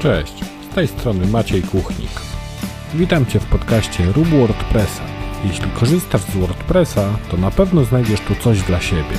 Cześć, z tej strony Maciej Kuchnik. Witam Cię w podcaście Rób WordPressa. Jeśli korzystasz z WordPressa, to na pewno znajdziesz tu coś dla siebie.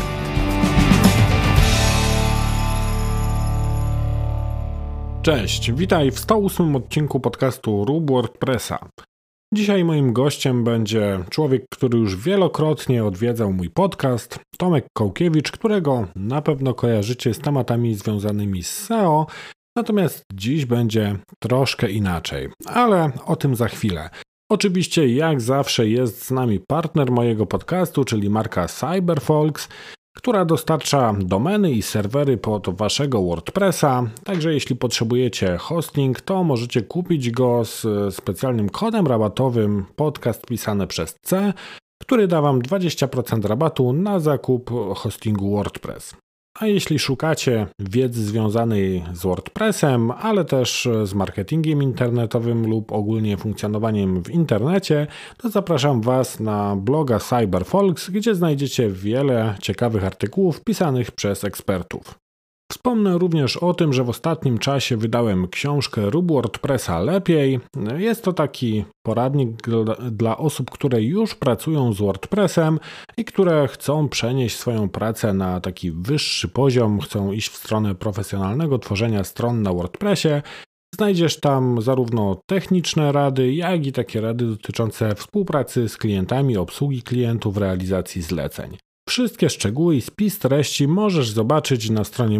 Cześć, witaj w 108 odcinku podcastu Rób WordPressa. Dzisiaj moim gościem będzie człowiek, który już wielokrotnie odwiedzał mój podcast, Tomek Kołkiewicz, którego na pewno kojarzycie z tematami związanymi z SEO, natomiast dziś będzie troszkę inaczej, ale o tym za chwilę. Oczywiście jak zawsze jest z nami partner mojego podcastu, czyli marka Cyberfolks, która dostarcza domeny i serwery pod waszego WordPressa, także jeśli potrzebujecie hosting, to możecie kupić go z specjalnym kodem rabatowym podcast pisane przez C, który da wam 20% rabatu na zakup hostingu WordPress. A jeśli szukacie wiedzy związanej z WordPressem, ale też z marketingiem internetowym lub ogólnie funkcjonowaniem w internecie, to zapraszam Was na bloga Cyberfolks, gdzie znajdziecie wiele ciekawych artykułów pisanych przez ekspertów. Wspomnę również o tym, że w ostatnim czasie wydałem książkę Rób WordPressa lepiej. Jest to taki poradnik dla osób, które już pracują z WordPressem i które chcą przenieść swoją pracę na taki wyższy poziom, chcą iść w stronę profesjonalnego tworzenia stron na WordPressie. Znajdziesz tam zarówno techniczne rady, jak i takie rady dotyczące współpracy z klientami, obsługi klientów, realizacji zleceń. Wszystkie szczegóły i spis treści możesz zobaczyć na stronie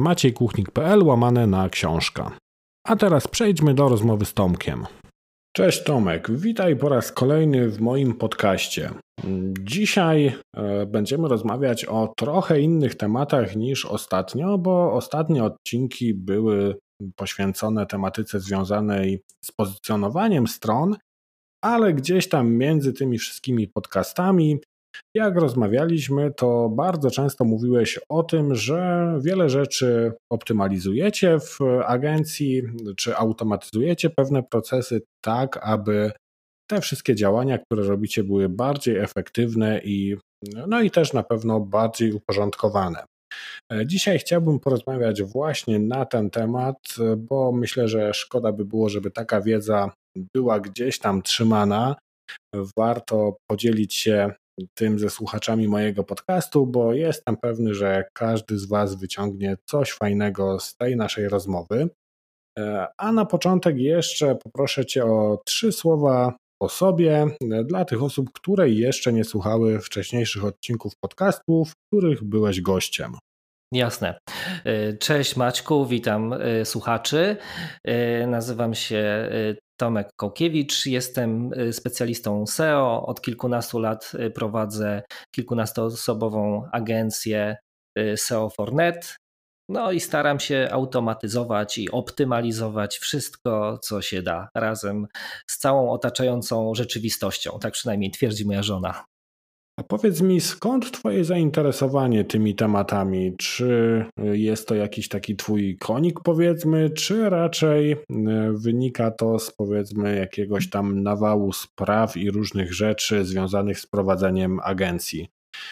maciejkuchnik.pl/książka. A teraz przejdźmy do rozmowy z Tomkiem. Cześć Tomek, witaj po raz kolejny w moim podcaście. Dzisiaj będziemy rozmawiać o trochę innych tematach niż ostatnio, bo ostatnie odcinki były poświęcone tematyce związanej z pozycjonowaniem stron, ale gdzieś tam między tymi wszystkimi podcastami, jak rozmawialiśmy, to bardzo często mówiłeś o tym, że wiele rzeczy optymalizujecie w agencji, czy automatyzujecie pewne procesy tak, aby te wszystkie działania, które robicie, były bardziej efektywne i też na pewno bardziej uporządkowane. Dzisiaj chciałbym porozmawiać właśnie na ten temat, bo myślę, że szkoda by było, żeby taka wiedza była gdzieś tam trzymana. Warto podzielić się tym ze słuchaczami mojego podcastu, bo jestem pewny, że każdy z Was wyciągnie coś fajnego z tej naszej rozmowy. A na początek jeszcze poproszę Cię o 3 słowa o sobie dla tych osób, które jeszcze nie słuchały wcześniejszych odcinków podcastu, w których byłeś gościem. Jasne. Cześć Maćku, witam słuchaczy. Nazywam się Tomek Kołkiewicz, jestem specjalistą SEO. Od kilkunastu lat prowadzę kilkunastoosobową agencję SEO4Net. No i staram się automatyzować i optymalizować wszystko, co się da, razem z całą otaczającą rzeczywistością. Tak przynajmniej twierdzi moja żona. A powiedz mi, skąd Twoje zainteresowanie tymi tematami? Czy jest to jakiś taki Twój konik, powiedzmy, czy raczej wynika to z, powiedzmy, jakiegoś tam nawału spraw i różnych rzeczy związanych z prowadzeniem agencji?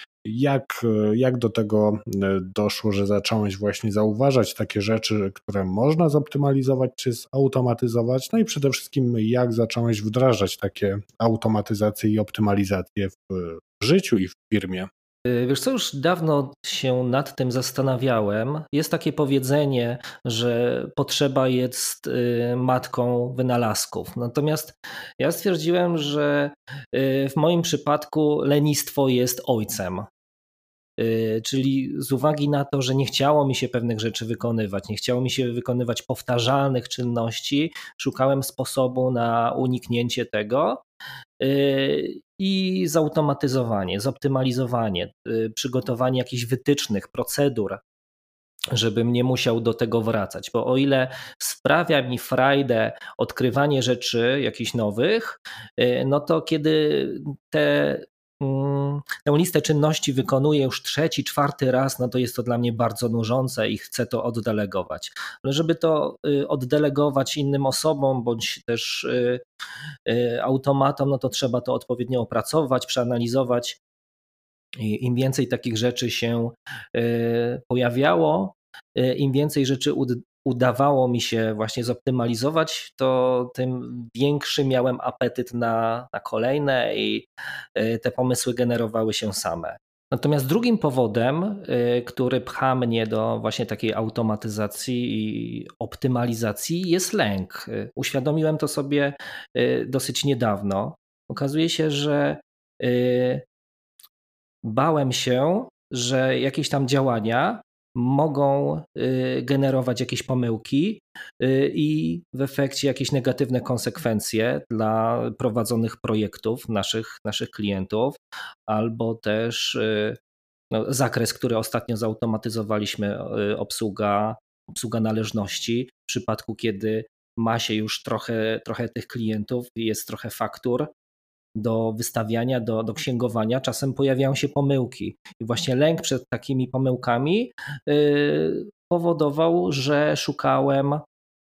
Jak do tego doszło, że zacząłeś właśnie zauważać takie rzeczy, które można zoptymalizować czy zautomatyzować? No i przede wszystkim, jak zacząłeś wdrażać takie automatyzacje i optymalizacje w życiu i w firmie? Wiesz co, już dawno się nad tym zastanawiałem. Jest takie powiedzenie, że potrzeba jest matką wynalazków. Natomiast ja stwierdziłem, że w moim przypadku lenistwo jest ojcem. Czyli z uwagi na to, że nie chciało mi się pewnych rzeczy wykonywać, nie chciało mi się wykonywać powtarzalnych czynności, szukałem sposobu na uniknięcie tego i zautomatyzowanie, zoptymalizowanie, przygotowanie jakichś wytycznych, procedur, żebym nie musiał do tego wracać, bo o ile sprawia mi frajdę odkrywanie rzeczy jakichś nowych, no to kiedy tę listę czynności wykonuję już 3., 4. raz, no to jest to dla mnie bardzo nużące i chcę to oddelegować. Ale żeby to oddelegować innym osobom bądź też automatom, no to trzeba to odpowiednio opracować, przeanalizować. I im więcej takich rzeczy się pojawiało, im więcej rzeczy udawało mi się właśnie zoptymalizować, to tym większy miałem apetyt na kolejne i te pomysły generowały się same. Natomiast drugim powodem, który pcha mnie do właśnie takiej automatyzacji i optymalizacji, jest lęk. Uświadomiłem to sobie dosyć niedawno. Okazuje się, że bałem się, że jakieś tam działania mogą generować jakieś pomyłki i w efekcie jakieś negatywne konsekwencje dla prowadzonych projektów naszych klientów, albo też zakres, który ostatnio zautomatyzowaliśmy, obsługa należności. W przypadku, kiedy ma się już trochę tych klientów, jest trochę faktur do wystawiania, do księgowania, czasem pojawiają się pomyłki. I właśnie lęk przed takimi pomyłkami powodował, że szukałem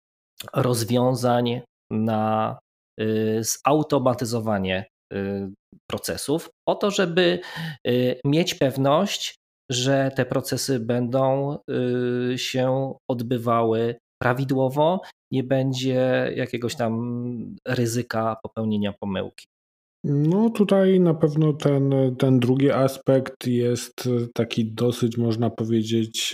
rozwiązań na zautomatyzowanie procesów, po to, żeby mieć pewność, że te procesy będą się odbywały prawidłowo, nie będzie jakiegoś tam ryzyka popełnienia pomyłki. No tutaj na pewno ten drugi aspekt jest taki dosyć, można powiedzieć,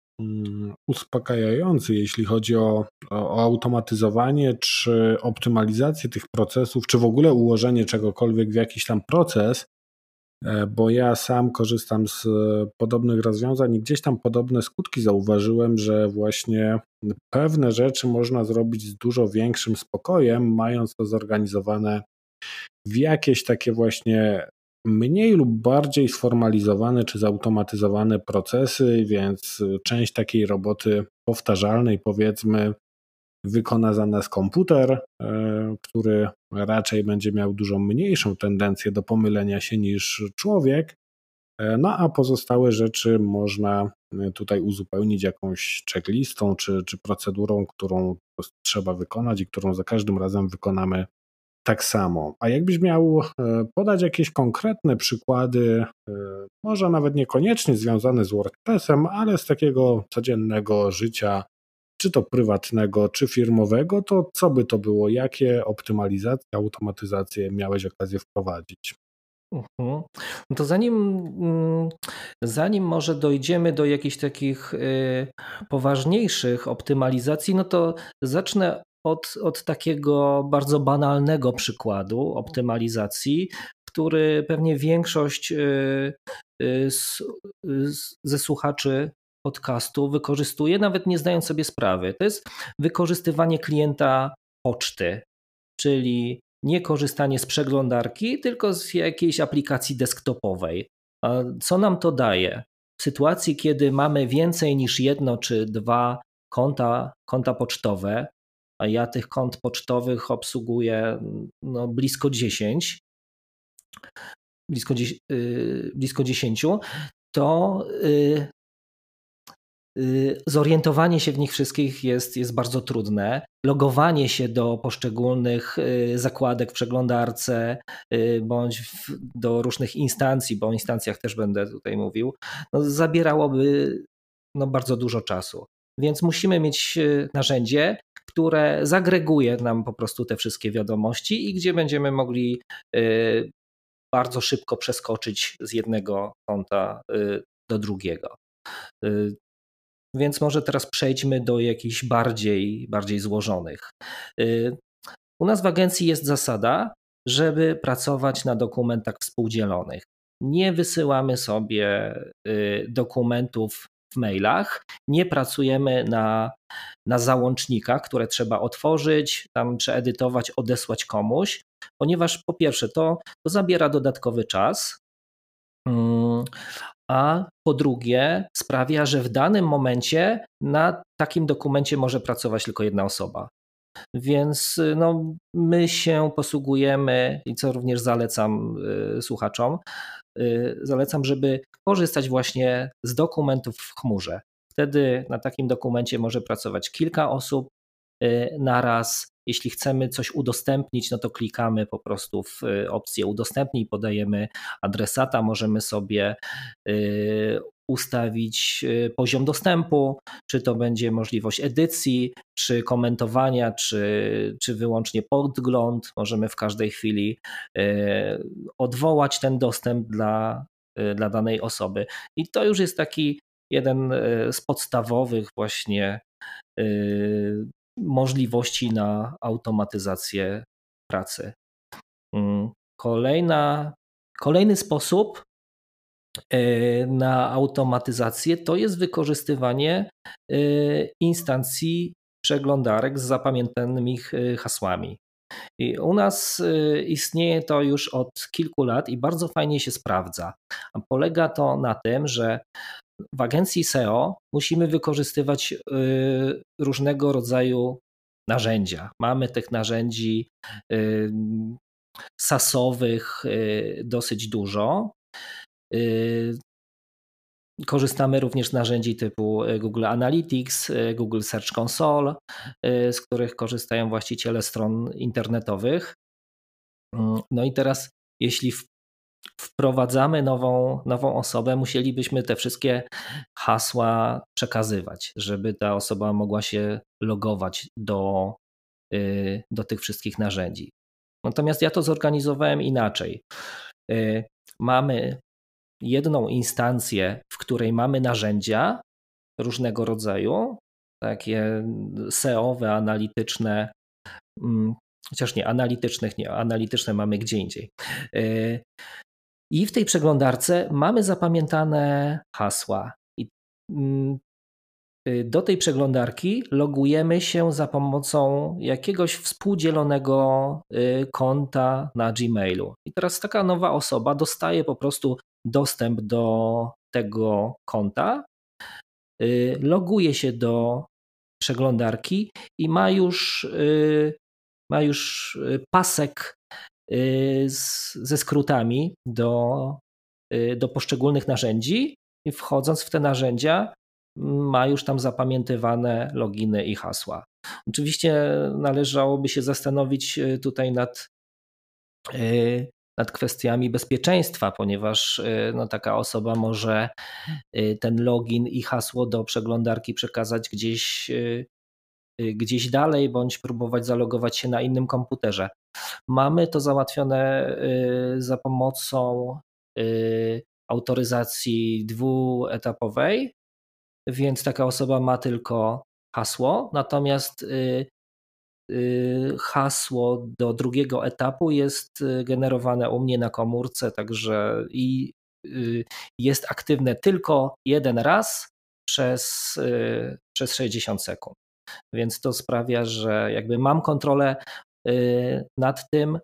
uspokajający, jeśli chodzi o automatyzowanie czy optymalizację tych procesów, czy w ogóle ułożenie czegokolwiek w jakiś tam proces, bo ja sam korzystam z podobnych rozwiązań i gdzieś tam podobne skutki zauważyłem, że właśnie pewne rzeczy można zrobić z dużo większym spokojem, mając to zorganizowane w jakieś takie właśnie mniej lub bardziej sformalizowane czy zautomatyzowane procesy, więc część takiej roboty powtarzalnej, powiedzmy, wykona za nas komputer, który raczej będzie miał dużo mniejszą tendencję do pomylenia się niż człowiek, no a pozostałe rzeczy można tutaj uzupełnić jakąś checklistą czy procedurą, którą trzeba wykonać i którą za każdym razem wykonamy tak samo. A jakbyś miał podać jakieś konkretne przykłady, może nawet niekoniecznie związane z WordPressem, ale z takiego codziennego życia, czy to prywatnego, czy firmowego, to co by to było? Jakie optymalizacje, automatyzacje miałeś okazję wprowadzić? No to zanim może dojdziemy do jakichś takich poważniejszych optymalizacji, no to zacznę od takiego bardzo banalnego przykładu optymalizacji, który pewnie większość ze słuchaczy podcastu wykorzystuje, nawet nie zdając sobie sprawy. To jest wykorzystywanie klienta poczty, czyli nie korzystanie z przeglądarki, tylko z jakiejś aplikacji desktopowej. A co nam to daje? W sytuacji, kiedy mamy więcej niż jedno czy dwa konta pocztowe, a ja tych kont pocztowych obsługuję blisko 10, blisko 10, to zorientowanie się w nich wszystkich jest bardzo trudne. Logowanie się do poszczególnych zakładek w przeglądarce bądź do różnych instancji, bo o instancjach też będę tutaj mówił, zabierałoby bardzo dużo czasu. Więc musimy mieć narzędzie, które zagreguje nam po prostu te wszystkie wiadomości i gdzie będziemy mogli bardzo szybko przeskoczyć z jednego konta do drugiego. Więc może teraz przejdźmy do jakichś bardziej złożonych. U nas w agencji jest zasada, żeby pracować na dokumentach współdzielonych. Nie wysyłamy sobie dokumentów w mailach, nie pracujemy na załącznikach, które trzeba otworzyć, tam przeedytować, odesłać komuś, ponieważ po pierwsze to zabiera dodatkowy czas, a po drugie sprawia, że w danym momencie na takim dokumencie może pracować tylko jedna osoba. Więc my się posługujemy, i co również zalecam słuchaczom, zalecam, żeby korzystać właśnie z dokumentów w chmurze. Wtedy na takim dokumencie może pracować kilka osób naraz jeśli chcemy coś udostępnić, no to klikamy po prostu w opcję udostępnij, podajemy adresata, możemy sobie ustawić poziom dostępu, czy to będzie możliwość edycji, czy komentowania, czy wyłącznie podgląd. Możemy w każdej chwili odwołać ten dostęp dla danej osoby. I to już jest taki jeden z podstawowych właśnie możliwości na automatyzację pracy. Kolejny sposób na automatyzację to jest wykorzystywanie instancji przeglądarek z zapamiętanymi hasłami. I u nas istnieje to już od kilku lat i bardzo fajnie się sprawdza. A polega to na tym, że w agencji SEO musimy wykorzystywać różnego rodzaju narzędzia. Mamy tych narzędzi SaaS-owych dosyć dużo. Korzystamy również z narzędzi typu Google Analytics, Google Search Console, z których korzystają właściciele stron internetowych. No i teraz, jeśli wprowadzamy nową osobę, musielibyśmy te wszystkie hasła przekazywać, żeby ta osoba mogła się logować do tych wszystkich narzędzi. Natomiast ja to zorganizowałem inaczej. Mamy jedną instancję, w której mamy narzędzia różnego rodzaju, takie SEO-owe, analityczne, chociaż analityczne mamy gdzie indziej. I w tej przeglądarce mamy zapamiętane hasła. I do tej przeglądarki logujemy się za pomocą jakiegoś współdzielonego konta na Gmailu. I teraz taka nowa osoba dostaje po prostu dostęp do tego konta, loguje się do przeglądarki i ma już pasek ze skrótami do poszczególnych narzędzi i wchodząc w te narzędzia ma już tam zapamiętywane loginy i hasła. Oczywiście należałoby się zastanowić tutaj nad kwestiami bezpieczeństwa, ponieważ taka osoba może ten login i hasło do przeglądarki przekazać gdzieś dalej, bądź próbować zalogować się na innym komputerze. Mamy to załatwione za pomocą autoryzacji dwuetapowej, więc taka osoba ma tylko hasło, natomiast hasło do drugiego etapu jest generowane u mnie na komórce, także i jest aktywne tylko jeden raz przez 60 sekund. Więc to sprawia, że jakby mam kontrolę nad tym,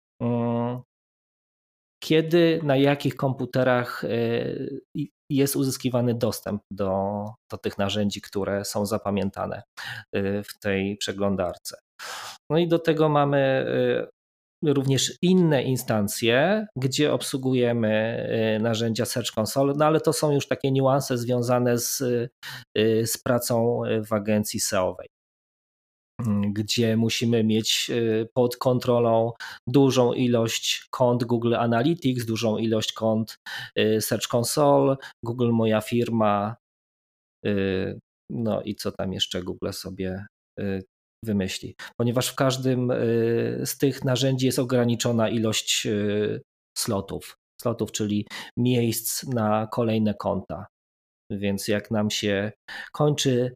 kiedy, na jakich komputerach jest uzyskiwany dostęp do tych narzędzi, które są zapamiętane w tej przeglądarce. No i do tego mamy również inne instancje, gdzie obsługujemy narzędzia Search Console, no ale to są już takie niuanse związane z pracą w agencji SEO-owej, gdzie musimy mieć pod kontrolą dużą ilość kont Google Analytics, dużą ilość kont Search Console, Google Moja Firma, no i co tam jeszcze Google sobie wymyśli. Ponieważ w każdym z tych narzędzi jest ograniczona ilość slotów, czyli miejsc na kolejne konta. Więc jak nam się kończy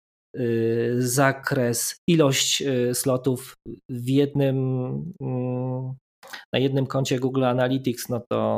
zakres, ilość slotów na jednym koncie Google Analytics,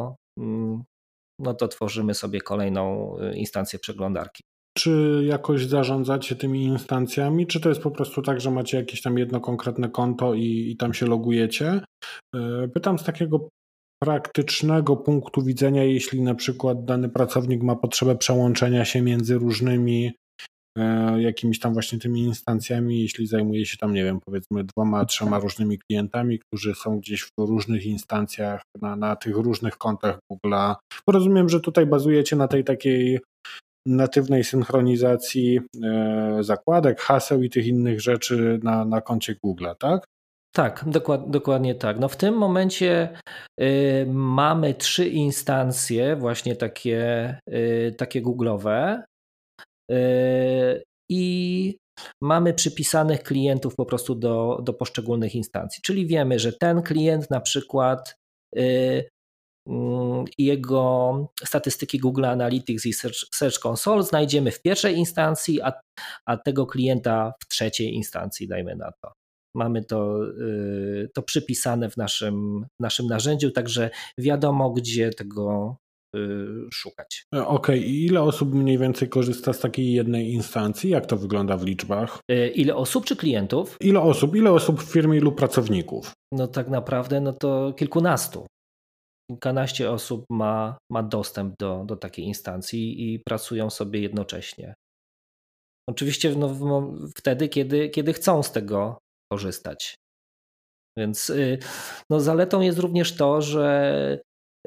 no to tworzymy sobie kolejną instancję przeglądarki. Czy jakoś zarządzacie tymi instancjami, czy to jest po prostu tak, że macie jakieś tam jedno konkretne konto i tam się logujecie? Pytam z takiego praktycznego punktu widzenia, jeśli na przykład dany pracownik ma potrzebę przełączenia się między różnymi jakimiś tam właśnie tymi instancjami, jeśli zajmuje się tam, nie wiem, powiedzmy 2-3 różnymi klientami, którzy są gdzieś w różnych instancjach, na tych różnych kontach Google'a. Bo rozumiem, że tutaj bazujecie na tej takiej natywnej synchronizacji zakładek, haseł i tych innych rzeczy na koncie Google, tak? Tak, dokładnie tak. No w tym momencie mamy 3 instancje właśnie takie Google'owe i mamy przypisanych klientów po prostu do poszczególnych instancji. Czyli wiemy, że ten klient na przykład jego statystyki Google Analytics i Search Console znajdziemy w pierwszej instancji, a tego klienta w trzeciej instancji, dajmy na to. Mamy to przypisane w naszym narzędziu, także wiadomo, gdzie tego szukać. Okej, i ile osób mniej więcej korzysta z takiej jednej instancji? Jak to wygląda w liczbach? Ile osób czy klientów? Ile osób w firmie, ilu pracowników? No tak naprawdę no to kilkunastu. Kilkanaście osób ma dostęp do takiej instancji i pracują sobie jednocześnie. Oczywiście wtedy, kiedy chcą z tego korzystać. Więc no, zaletą jest również to, że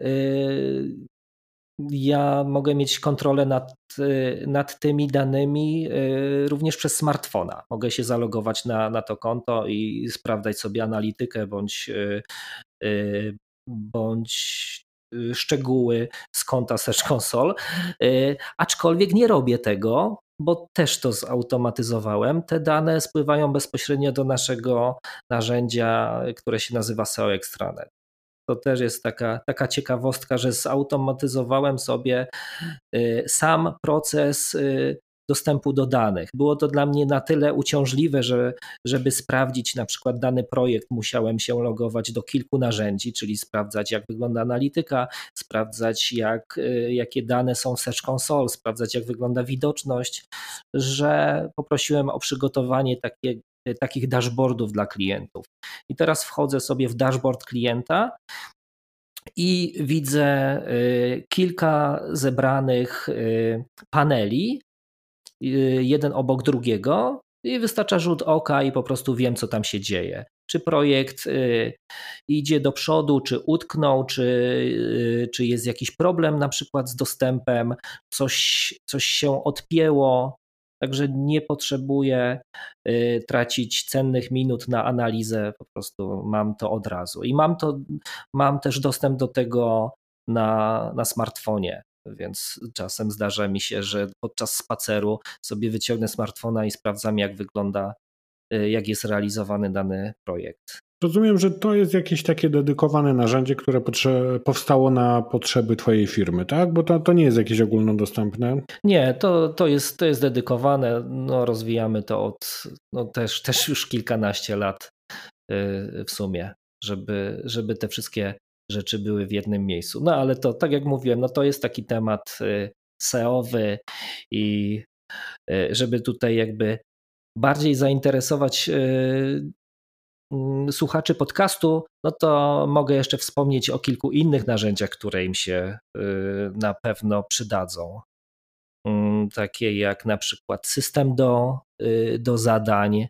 ja mogę mieć kontrolę nad tymi danymi również przez smartfona. Mogę się zalogować na to konto i sprawdzać sobie analitykę bądź szczegóły z konta Search Console, aczkolwiek nie robię tego, bo też to zautomatyzowałem. Te dane spływają bezpośrednio do naszego narzędzia, które się nazywa SEO Extranet. To też jest taka ciekawostka, że zautomatyzowałem sobie sam proces dostępu do danych. Było to dla mnie na tyle uciążliwe, żeby sprawdzić na przykład dany projekt, musiałem się logować do kilku narzędzi, czyli sprawdzać, jak wygląda analityka, sprawdzać, jakie dane są w Search Console, sprawdzać, jak wygląda widoczność, że poprosiłem o przygotowanie takich dashboardów dla klientów. I teraz wchodzę sobie w dashboard klienta i widzę kilka zebranych paneli, jeden obok drugiego, i wystarcza rzut oka i po prostu wiem, co tam się dzieje. Czy projekt idzie do przodu, czy utknął, czy jest jakiś problem na przykład z dostępem, coś się odpięło. Także nie potrzebuję tracić cennych minut na analizę, po prostu mam to od razu. I mam też dostęp do tego na smartfonie, więc czasem zdarza mi się, że podczas spaceru sobie wyciągnę smartfona i sprawdzam, jak jest realizowany dany projekt. Rozumiem, że to jest jakieś takie dedykowane narzędzie, które powstało na potrzeby twojej firmy, tak? Bo to nie jest jakieś ogólnodostępne. Nie, to jest dedykowane. No, rozwijamy to też już kilkanaście lat w sumie, żeby te wszystkie rzeczy były w jednym miejscu. No ale to, tak jak mówiłem, no to jest taki temat SEO-owy i żeby tutaj jakby bardziej zainteresować słuchaczy podcastu, no to mogę jeszcze wspomnieć o kilku innych narzędziach, które im się na pewno przydadzą. Takie jak na przykład system do zadań,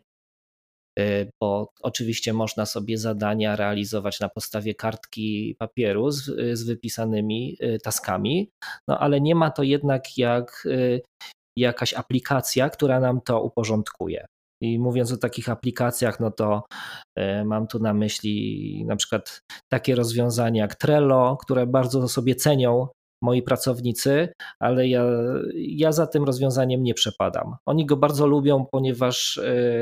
bo oczywiście można sobie zadania realizować na podstawie kartki papieru z wypisanymi taskami, no ale nie ma to jednak jak jakaś aplikacja, która nam to uporządkuje. I mówiąc o takich aplikacjach, no to mam tu na myśli na przykład takie rozwiązania jak Trello, które bardzo sobie cenią moi pracownicy, ale ja za tym rozwiązaniem nie przepadam. Oni go bardzo lubią, ponieważ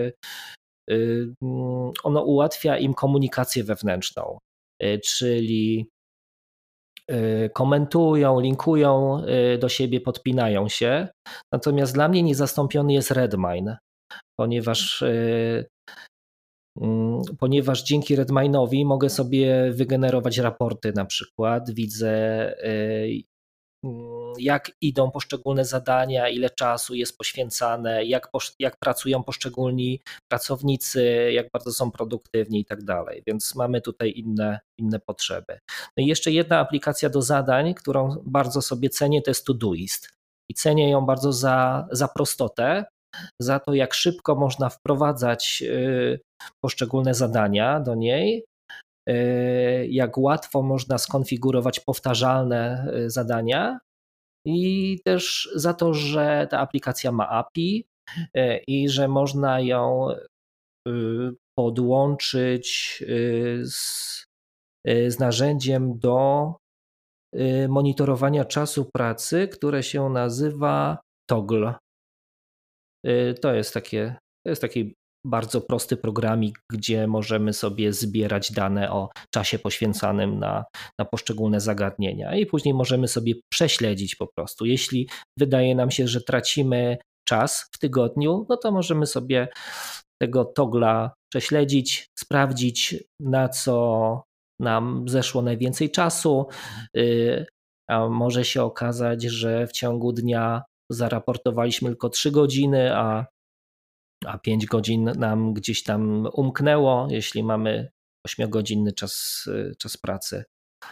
ono ułatwia im komunikację wewnętrzną, czyli komentują, linkują do siebie, podpinają się. Natomiast dla mnie niezastąpiony jest Redmine, ponieważ dzięki Redmine'owi mogę sobie wygenerować raporty na przykład, widzę jak idą poszczególne zadania, ile czasu jest poświęcane, jak pracują poszczególni pracownicy, jak bardzo są produktywni i tak dalej, więc mamy tutaj inne potrzeby. No i jeszcze jedna aplikacja do zadań, którą bardzo sobie cenię, to jest Todoist i cenię ją bardzo za prostotę, za to, jak szybko można wprowadzać poszczególne zadania do niej, jak łatwo można skonfigurować powtarzalne zadania i też za to, że ta aplikacja ma API i że można ją podłączyć z narzędziem do monitorowania czasu pracy, które się nazywa Toggle. To jest taki bardzo prosty programik, gdzie możemy sobie zbierać dane o czasie poświęcanym na poszczególne zagadnienia i później możemy sobie prześledzić po prostu. Jeśli wydaje nam się, że tracimy czas w tygodniu, no to możemy sobie tego toggla prześledzić, sprawdzić, na co nam zeszło najwięcej czasu, a może się okazać, że w ciągu dnia zaraportowaliśmy tylko 3 godziny, a 5 godzin nam gdzieś tam umknęło, jeśli mamy 8-godzinny czas pracy.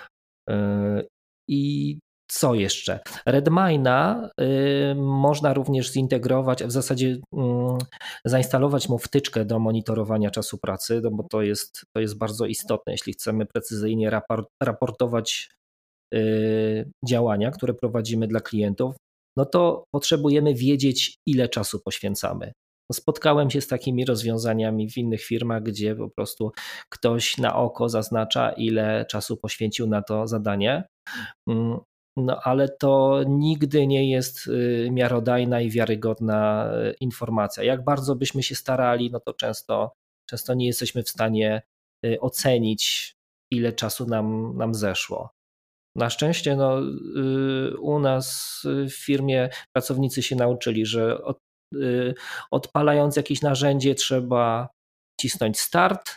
I co jeszcze? Redmina można również zintegrować, a w zasadzie zainstalować mu wtyczkę do monitorowania czasu pracy, no bo to jest bardzo istotne, jeśli chcemy precyzyjnie raportować działania, które prowadzimy dla klientów, no to potrzebujemy wiedzieć, ile czasu poświęcamy. Spotkałem się z takimi rozwiązaniami w innych firmach, gdzie po prostu ktoś na oko zaznacza, ile czasu poświęcił na to zadanie. No ale to nigdy nie jest miarodajna i wiarygodna informacja. Jak bardzo byśmy się starali, no to często nie jesteśmy w stanie ocenić, ile czasu nam zeszło. Na szczęście u nas w firmie pracownicy się nauczyli, że odpalając jakieś narzędzie trzeba wcisnąć start,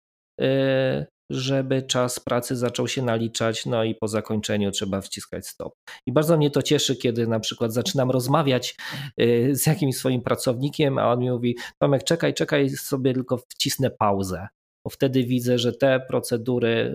żeby czas pracy zaczął się naliczać, no i po zakończeniu trzeba wciskać stop. I bardzo mnie to cieszy, kiedy na przykład zaczynam rozmawiać z jakimś swoim pracownikiem, a on mi mówi: Tomek, czekaj, sobie tylko wcisnę pauzę, bo wtedy widzę, że te procedury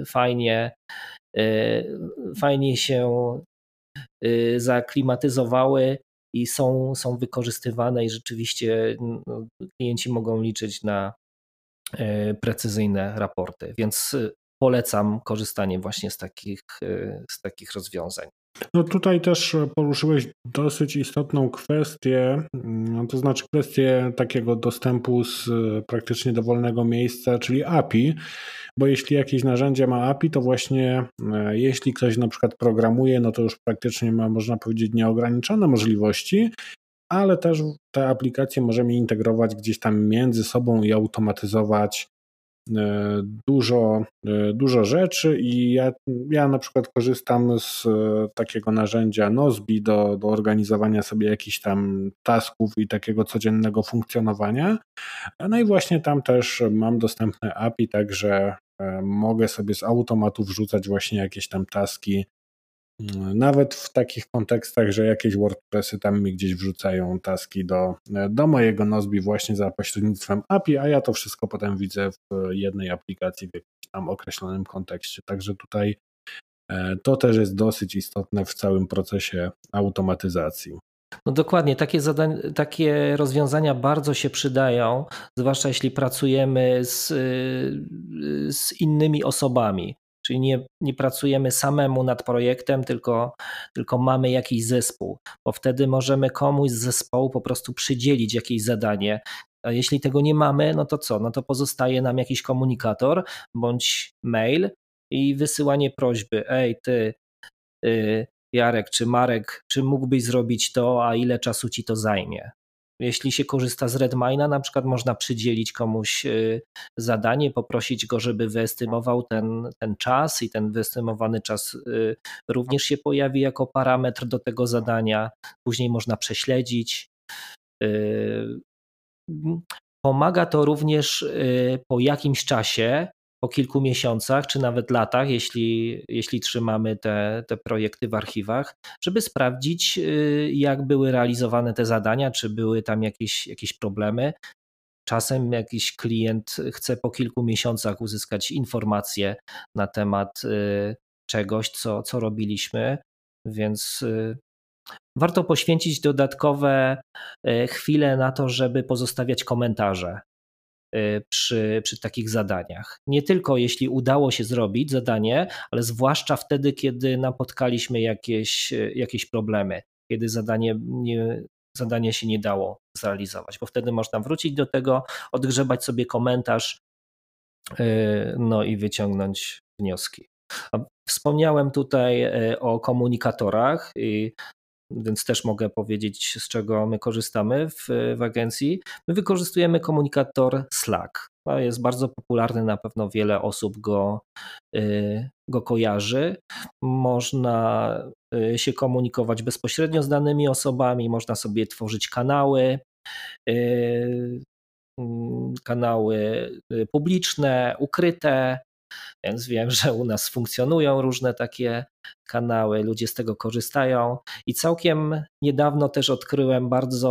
fajnie się zaaklimatyzowały i są wykorzystywane i rzeczywiście klienci mogą liczyć na precyzyjne raporty, więc polecam korzystanie właśnie z takich rozwiązań. No tutaj też poruszyłeś dosyć istotną kwestię, to znaczy kwestię takiego dostępu z praktycznie dowolnego miejsca, czyli API, bo jeśli jakieś narzędzie ma API, to właśnie jeśli ktoś na przykład programuje, no to już praktycznie ma, można powiedzieć, nieograniczone możliwości, ale też te aplikacje możemy integrować gdzieś tam między sobą i automatyzować dużo rzeczy i ja na przykład korzystam z takiego narzędzia Nozbe do organizowania sobie jakichś tam tasków i takiego codziennego funkcjonowania. No i właśnie tam też mam dostępne API, także mogę sobie z automatu wrzucać właśnie jakieś tam taski, nawet w takich kontekstach, że jakieś WordPressy tam mi gdzieś wrzucają taski do mojego Nozbe właśnie za pośrednictwem API, a ja to wszystko potem widzę w jednej aplikacji w jakimś tam określonym kontekście. Także tutaj to też jest dosyć istotne w całym procesie automatyzacji. No dokładnie, takie rozwiązania bardzo się przydają, zwłaszcza jeśli pracujemy z innymi osobami. Czyli nie pracujemy samemu nad projektem, tylko mamy jakiś zespół, bo wtedy możemy komuś z zespołu po prostu przydzielić jakieś zadanie. A jeśli tego nie mamy, no to co? No to pozostaje nam jakiś komunikator bądź mail i wysyłanie prośby: ej ty, Jarek czy Marek, czy mógłbyś zrobić to, a ile czasu ci to zajmie? Jeśli się korzysta z Redmina, na przykład można przydzielić komuś zadanie, poprosić go, żeby wyestymował ten czas i ten wyestymowany czas również się pojawi jako parametr do tego zadania. Później można prześledzić. Pomaga to również po jakimś czasie, po kilku miesiącach, czy nawet latach, jeśli trzymamy te projekty w archiwach, żeby sprawdzić, jak były realizowane te zadania, czy były tam jakieś problemy. Czasem jakiś klient chce po kilku miesiącach uzyskać informacje na temat czegoś, co robiliśmy, więc warto poświęcić dodatkowe chwile na to, żeby pozostawiać komentarze. przy takich zadaniach. Nie tylko jeśli udało się zrobić zadanie, ale zwłaszcza wtedy, kiedy napotkaliśmy jakieś problemy, kiedy zadanie się nie dało zrealizować, bo wtedy można wrócić do tego, odgrzebać sobie komentarz, no i wyciągnąć wnioski. Wspomniałem tutaj o komunikatorach, więc też mogę powiedzieć, z czego my korzystamy w agencji. My wykorzystujemy komunikator Slack. To jest bardzo popularny, na pewno wiele osób go kojarzy. Można się komunikować bezpośrednio z danymi osobami, można sobie tworzyć kanały publiczne, ukryte, więc wiem, że u nas funkcjonują różne takie kanały, ludzie z tego korzystają i całkiem niedawno też odkryłem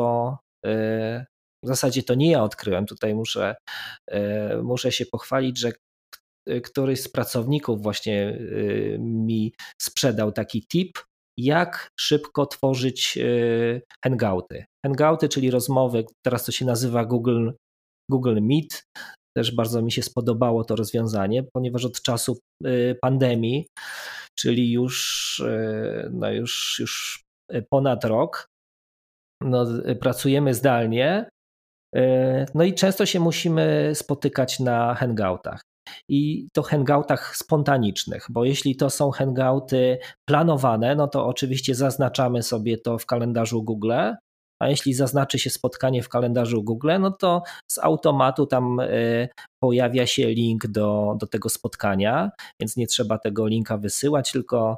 w zasadzie to nie ja odkryłem, tutaj muszę się pochwalić, że któryś z pracowników właśnie mi sprzedał taki tip, jak szybko tworzyć hangouty. Hangouty, czyli rozmowy, teraz to się nazywa Google Meet. Też bardzo mi się spodobało to rozwiązanie, ponieważ od czasu pandemii, czyli już ponad rok, pracujemy zdalnie, no i często się musimy spotykać na hangoutach. I to hangoutach spontanicznych, bo jeśli to są hangouty planowane, no to oczywiście zaznaczamy sobie to w kalendarzu Google, a jeśli zaznaczy się spotkanie w kalendarzu Google, no to z automatu tam pojawia się link do tego spotkania, więc nie trzeba tego linka wysyłać, tylko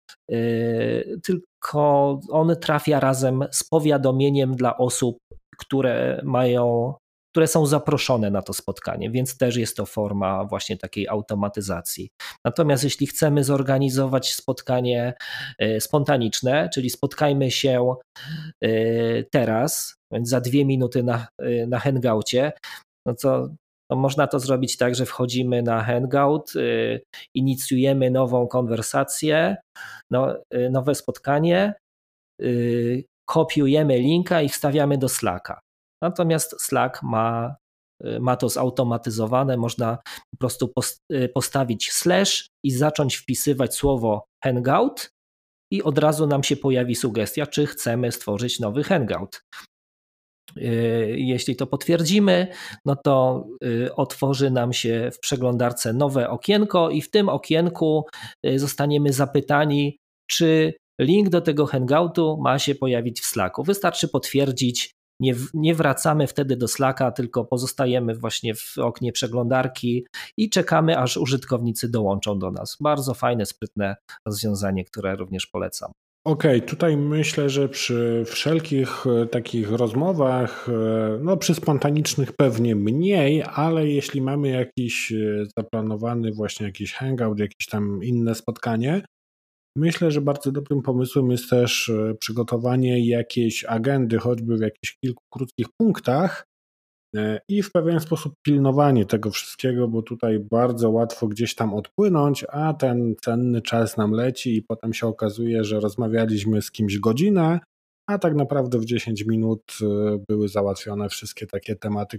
on trafia razem z powiadomieniem dla osób, które są zaproszone na to spotkanie, więc też jest to forma właśnie takiej automatyzacji. Natomiast jeśli chcemy zorganizować spotkanie spontaniczne, czyli spotkajmy się teraz, więc za 2 minuty na hangoucie, no to można to zrobić tak, że wchodzimy na hangout, inicjujemy nową konwersację, nowe spotkanie, kopiujemy linka i wstawiamy do Slacka. Natomiast Slack ma to zautomatyzowane, można po prostu postawić slash i zacząć wpisywać słowo hangout i od razu nam się pojawi sugestia, czy chcemy stworzyć nowy hangout. Jeśli to potwierdzimy, no to otworzy nam się w przeglądarce nowe okienko i w tym okienku zostaniemy zapytani, czy link do tego hangoutu ma się pojawić w Slacku. Wystarczy potwierdzić, nie wracamy wtedy do Slacka, tylko pozostajemy właśnie w oknie przeglądarki i czekamy, aż użytkownicy dołączą do nas. Bardzo fajne, sprytne rozwiązanie, które również polecam. Okej, tutaj myślę, że przy wszelkich takich rozmowach, przy spontanicznych pewnie mniej, ale jeśli mamy jakiś zaplanowany właśnie jakiś hangout, jakieś tam inne spotkanie, myślę, że bardzo dobrym pomysłem jest też przygotowanie jakiejś agendy, choćby w jakichś kilku krótkich punktach i w pewien sposób pilnowanie tego wszystkiego, bo tutaj bardzo łatwo gdzieś tam odpłynąć, a ten cenny czas nam leci i potem się okazuje, że rozmawialiśmy z kimś godzinę, a tak naprawdę w 10 minut były załatwione wszystkie takie tematy,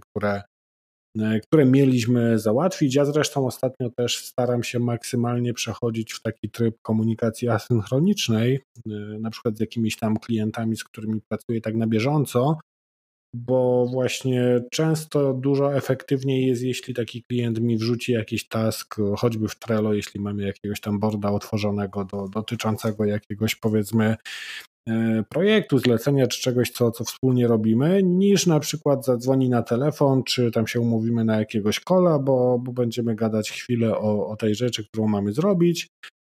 które mieliśmy załatwić. Ja zresztą ostatnio też staram się maksymalnie przechodzić w taki tryb komunikacji asynchronicznej, na przykład z jakimiś tam klientami, z którymi pracuję tak na bieżąco, bo właśnie często dużo efektywniej jest, jeśli taki klient mi wrzuci jakiś task, choćby w Trello, jeśli mamy jakiegoś tam boarda otworzonego dotyczącego jakiegoś, powiedzmy, projektu, zlecenia czy czegoś, co wspólnie robimy, niż na przykład zadzwoni na telefon, czy tam się umówimy na jakiegoś calla, bo będziemy gadać chwilę o tej rzeczy, którą mamy zrobić,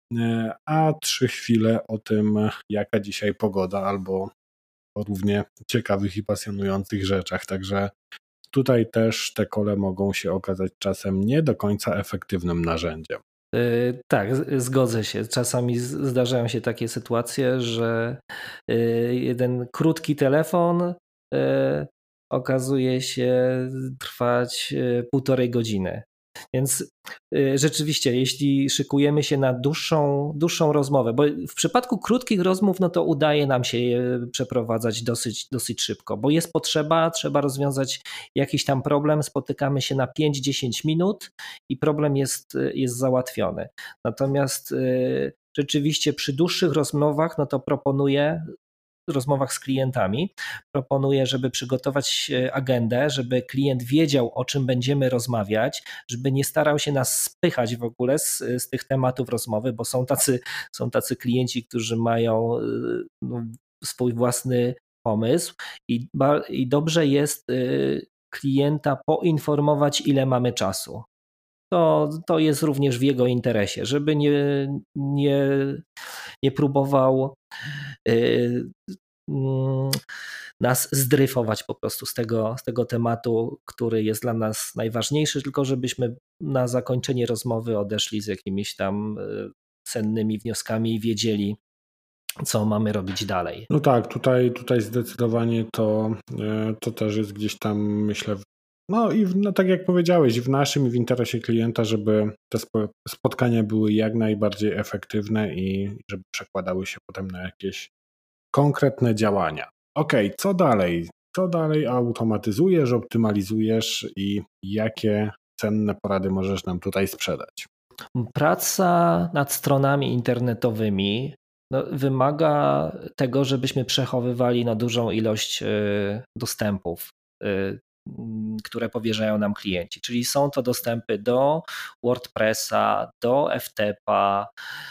a 3 chwile o tym, jaka dzisiaj pogoda, albo o równie ciekawych i pasjonujących rzeczach. Także tutaj też te cale mogą się okazać czasem nie do końca efektywnym narzędziem. Tak, zgodzę się. Czasami zdarzają się takie sytuacje, że jeden krótki telefon okazuje się trwać 1,5 godziny. Więc rzeczywiście, jeśli szykujemy się na dłuższą rozmowę, bo w przypadku krótkich rozmów, no to udaje nam się je przeprowadzać dosyć szybko, bo jest trzeba rozwiązać jakiś tam problem, spotykamy się na 5-10 minut i problem jest załatwiony. Natomiast rzeczywiście przy dłuższych rozmowach, no to rozmowach z klientami, proponuję, żeby przygotować agendę, żeby klient wiedział, o czym będziemy rozmawiać, żeby nie starał się nas spychać w ogóle z tych tematów rozmowy, bo są tacy klienci, którzy mają swój własny pomysł i dobrze jest klienta poinformować, ile mamy czasu. To jest również w jego interesie, żeby nie próbował nas zdryfować po prostu z tego tematu, który jest dla nas najważniejszy, tylko żebyśmy na zakończenie rozmowy odeszli z jakimiś tam cennymi wnioskami i wiedzieli, co mamy robić dalej. No tak, tutaj zdecydowanie to też jest gdzieś tam, myślę, no i tak jak powiedziałeś, w naszym i w interesie klienta, żeby te spotkania były jak najbardziej efektywne i żeby przekładały się potem na jakieś konkretne działania. Okej, co dalej? Co dalej automatyzujesz, optymalizujesz i jakie cenne porady możesz nam tutaj sprzedać? Praca nad stronami internetowymi wymaga tego, żebyśmy przechowywali dużą ilość dostępów, które powierzają nam klienci. Czyli są to dostępy do WordPressa, do FTP-a,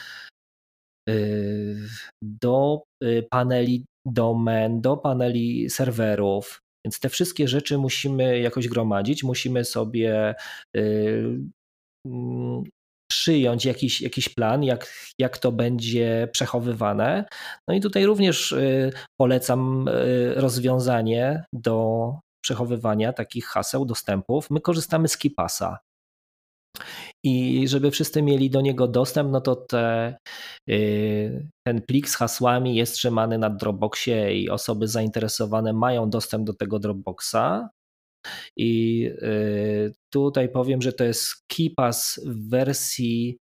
do paneli domen, do paneli serwerów. Więc te wszystkie rzeczy musimy jakoś gromadzić, musimy sobie przyjąć jakiś plan, jak to będzie przechowywane. No i tutaj również polecam rozwiązanie do przechowywania takich haseł, dostępów. My korzystamy z KeePassa. I żeby wszyscy mieli do niego dostęp, no to ten plik z hasłami jest trzymany na Dropboxie i osoby zainteresowane mają dostęp do tego Dropboxa. I tutaj powiem, że to jest KeePass w wersji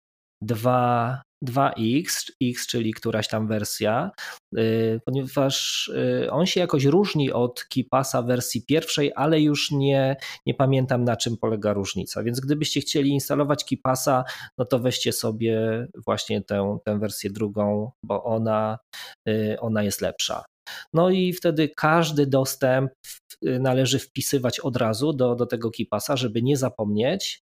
2x, czyli któraś tam wersja, ponieważ on się jakoś różni od KeePassa wersji pierwszej, ale już nie pamiętam, na czym polega różnica. Więc gdybyście chcieli instalować KeePassa, no to weźcie sobie właśnie tę wersję drugą, bo ona jest lepsza. No i wtedy każdy dostęp należy wpisywać od razu do tego KeePassa, żeby nie zapomnieć.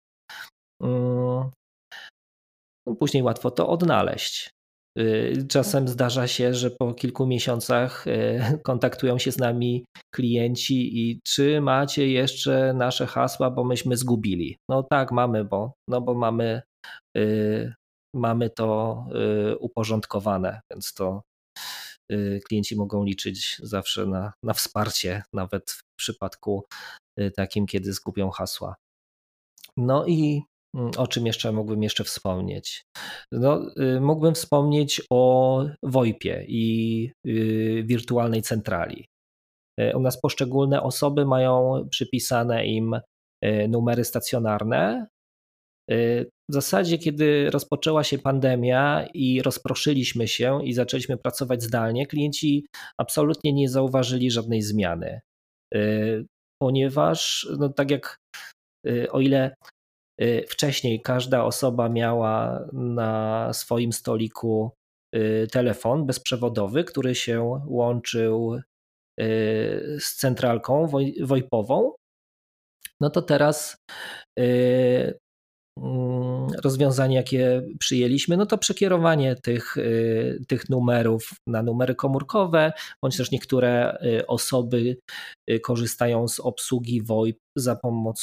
Później łatwo to odnaleźć. Czasem zdarza się, że po kilku miesiącach kontaktują się z nami klienci i czy macie jeszcze nasze hasła, bo myśmy zgubili. No tak, mamy, bo mamy to uporządkowane, więc to klienci mogą liczyć zawsze na wsparcie, nawet w przypadku takim, kiedy zgubią hasła. No i o czym jeszcze mógłbym wspomnieć? Mógłbym wspomnieć o VoIP-ie i wirtualnej centrali. U nas poszczególne osoby mają przypisane im numery stacjonarne. W zasadzie, kiedy rozpoczęła się pandemia i rozproszyliśmy się i zaczęliśmy pracować zdalnie, klienci absolutnie nie zauważyli żadnej zmiany, ponieważ tak jak o ile wcześniej każda osoba miała na swoim stoliku telefon bezprzewodowy, który się łączył z centralką VoIP-ową, no to teraz rozwiązanie, jakie przyjęliśmy, no to przekierowanie tych numerów na numery komórkowe, bądź też niektóre osoby korzystają z obsługi VoIP za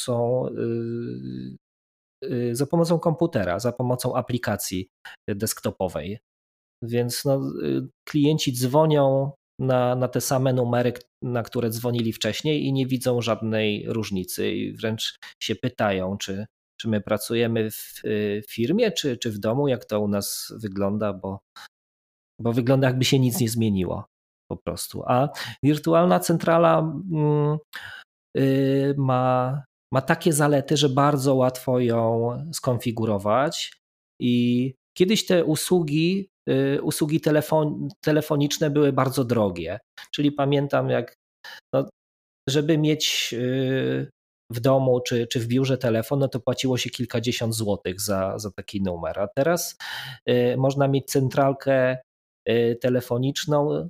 pomocą komputera, za pomocą aplikacji desktopowej. Więc klienci dzwonią na te same numery, na które dzwonili wcześniej i nie widzą żadnej różnicy i wręcz się pytają, czy my pracujemy w firmie, czy w domu, jak to u nas wygląda, bo wygląda, jakby się nic nie zmieniło po prostu. A wirtualna centrala ma ma takie zalety, że bardzo łatwo ją skonfigurować i kiedyś te usługi telefoniczne były bardzo drogie, czyli pamiętam no, żeby mieć w domu czy w biurze telefon, no to płaciło się kilkadziesiąt złotych za taki numer, a teraz można mieć centralkę telefoniczną,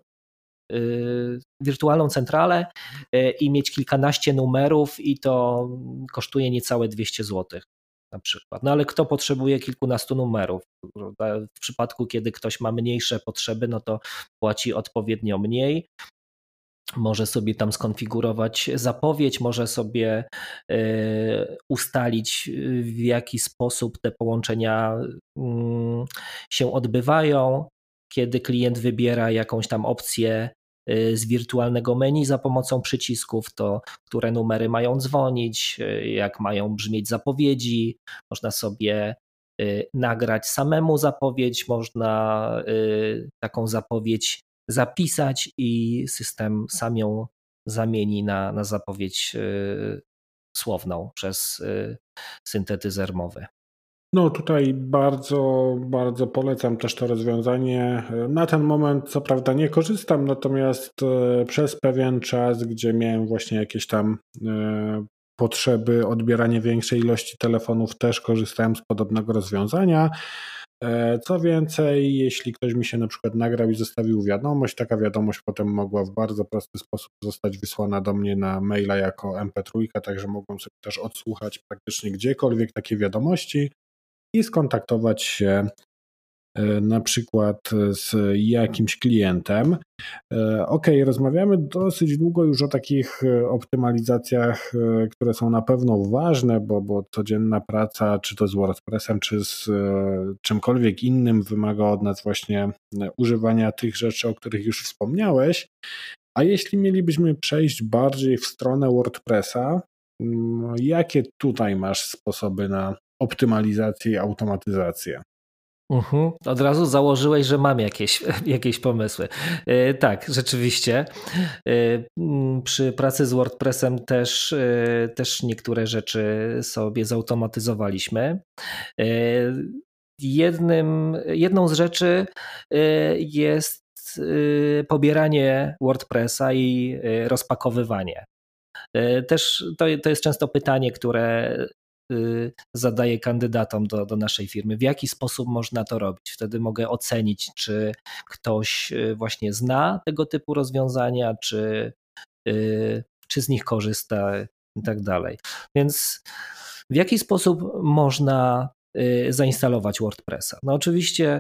wirtualną centralę i mieć kilkanaście numerów i to kosztuje niecałe 200 złotych na przykład. No ale kto potrzebuje kilkunastu numerów? W przypadku, kiedy ktoś ma mniejsze potrzeby, no to płaci odpowiednio mniej. Może sobie tam skonfigurować zapowiedź, może sobie ustalić, w jaki sposób te połączenia się odbywają, kiedy klient wybiera jakąś tam opcję z wirtualnego menu za pomocą przycisków, to które numery mają dzwonić, jak mają brzmieć zapowiedzi. Można sobie nagrać samemu zapowiedź, można taką zapowiedź zapisać i system sam ją zamieni na zapowiedź słowną przez syntetyzer mowy. No tutaj bardzo, bardzo polecam też to rozwiązanie. Na ten moment co prawda nie korzystam, natomiast przez pewien czas, gdzie miałem właśnie jakieś tam potrzeby odbierania większej ilości telefonów, też korzystałem z podobnego rozwiązania. Co więcej, jeśli ktoś mi się na przykład nagrał i zostawił wiadomość, taka wiadomość potem mogła w bardzo prosty sposób zostać wysłana do mnie na maila jako MP3, także mogłem sobie też odsłuchać praktycznie gdziekolwiek takie wiadomości i skontaktować się na przykład z jakimś klientem. Ok, rozmawiamy dosyć długo już o takich optymalizacjach, które są na pewno ważne, bo codzienna praca, czy to z WordPressem, czy z czymkolwiek innym, wymaga od nas właśnie używania tych rzeczy, o których już wspomniałeś. A jeśli mielibyśmy przejść bardziej w stronę WordPressa, jakie tutaj masz sposoby na optymalizację i automatyzację? Od razu założyłeś, że mam jakieś pomysły. Tak, rzeczywiście. Przy pracy z WordPressem też niektóre rzeczy sobie zautomatyzowaliśmy. Jedną z rzeczy jest pobieranie WordPressa i rozpakowywanie. Też to jest często pytanie, które zadaję kandydatom do naszej firmy. W jaki sposób można to robić? Wtedy mogę ocenić, czy ktoś właśnie zna tego typu rozwiązania, czy z nich korzysta i tak dalej. Więc w jaki sposób można zainstalować WordPressa? No oczywiście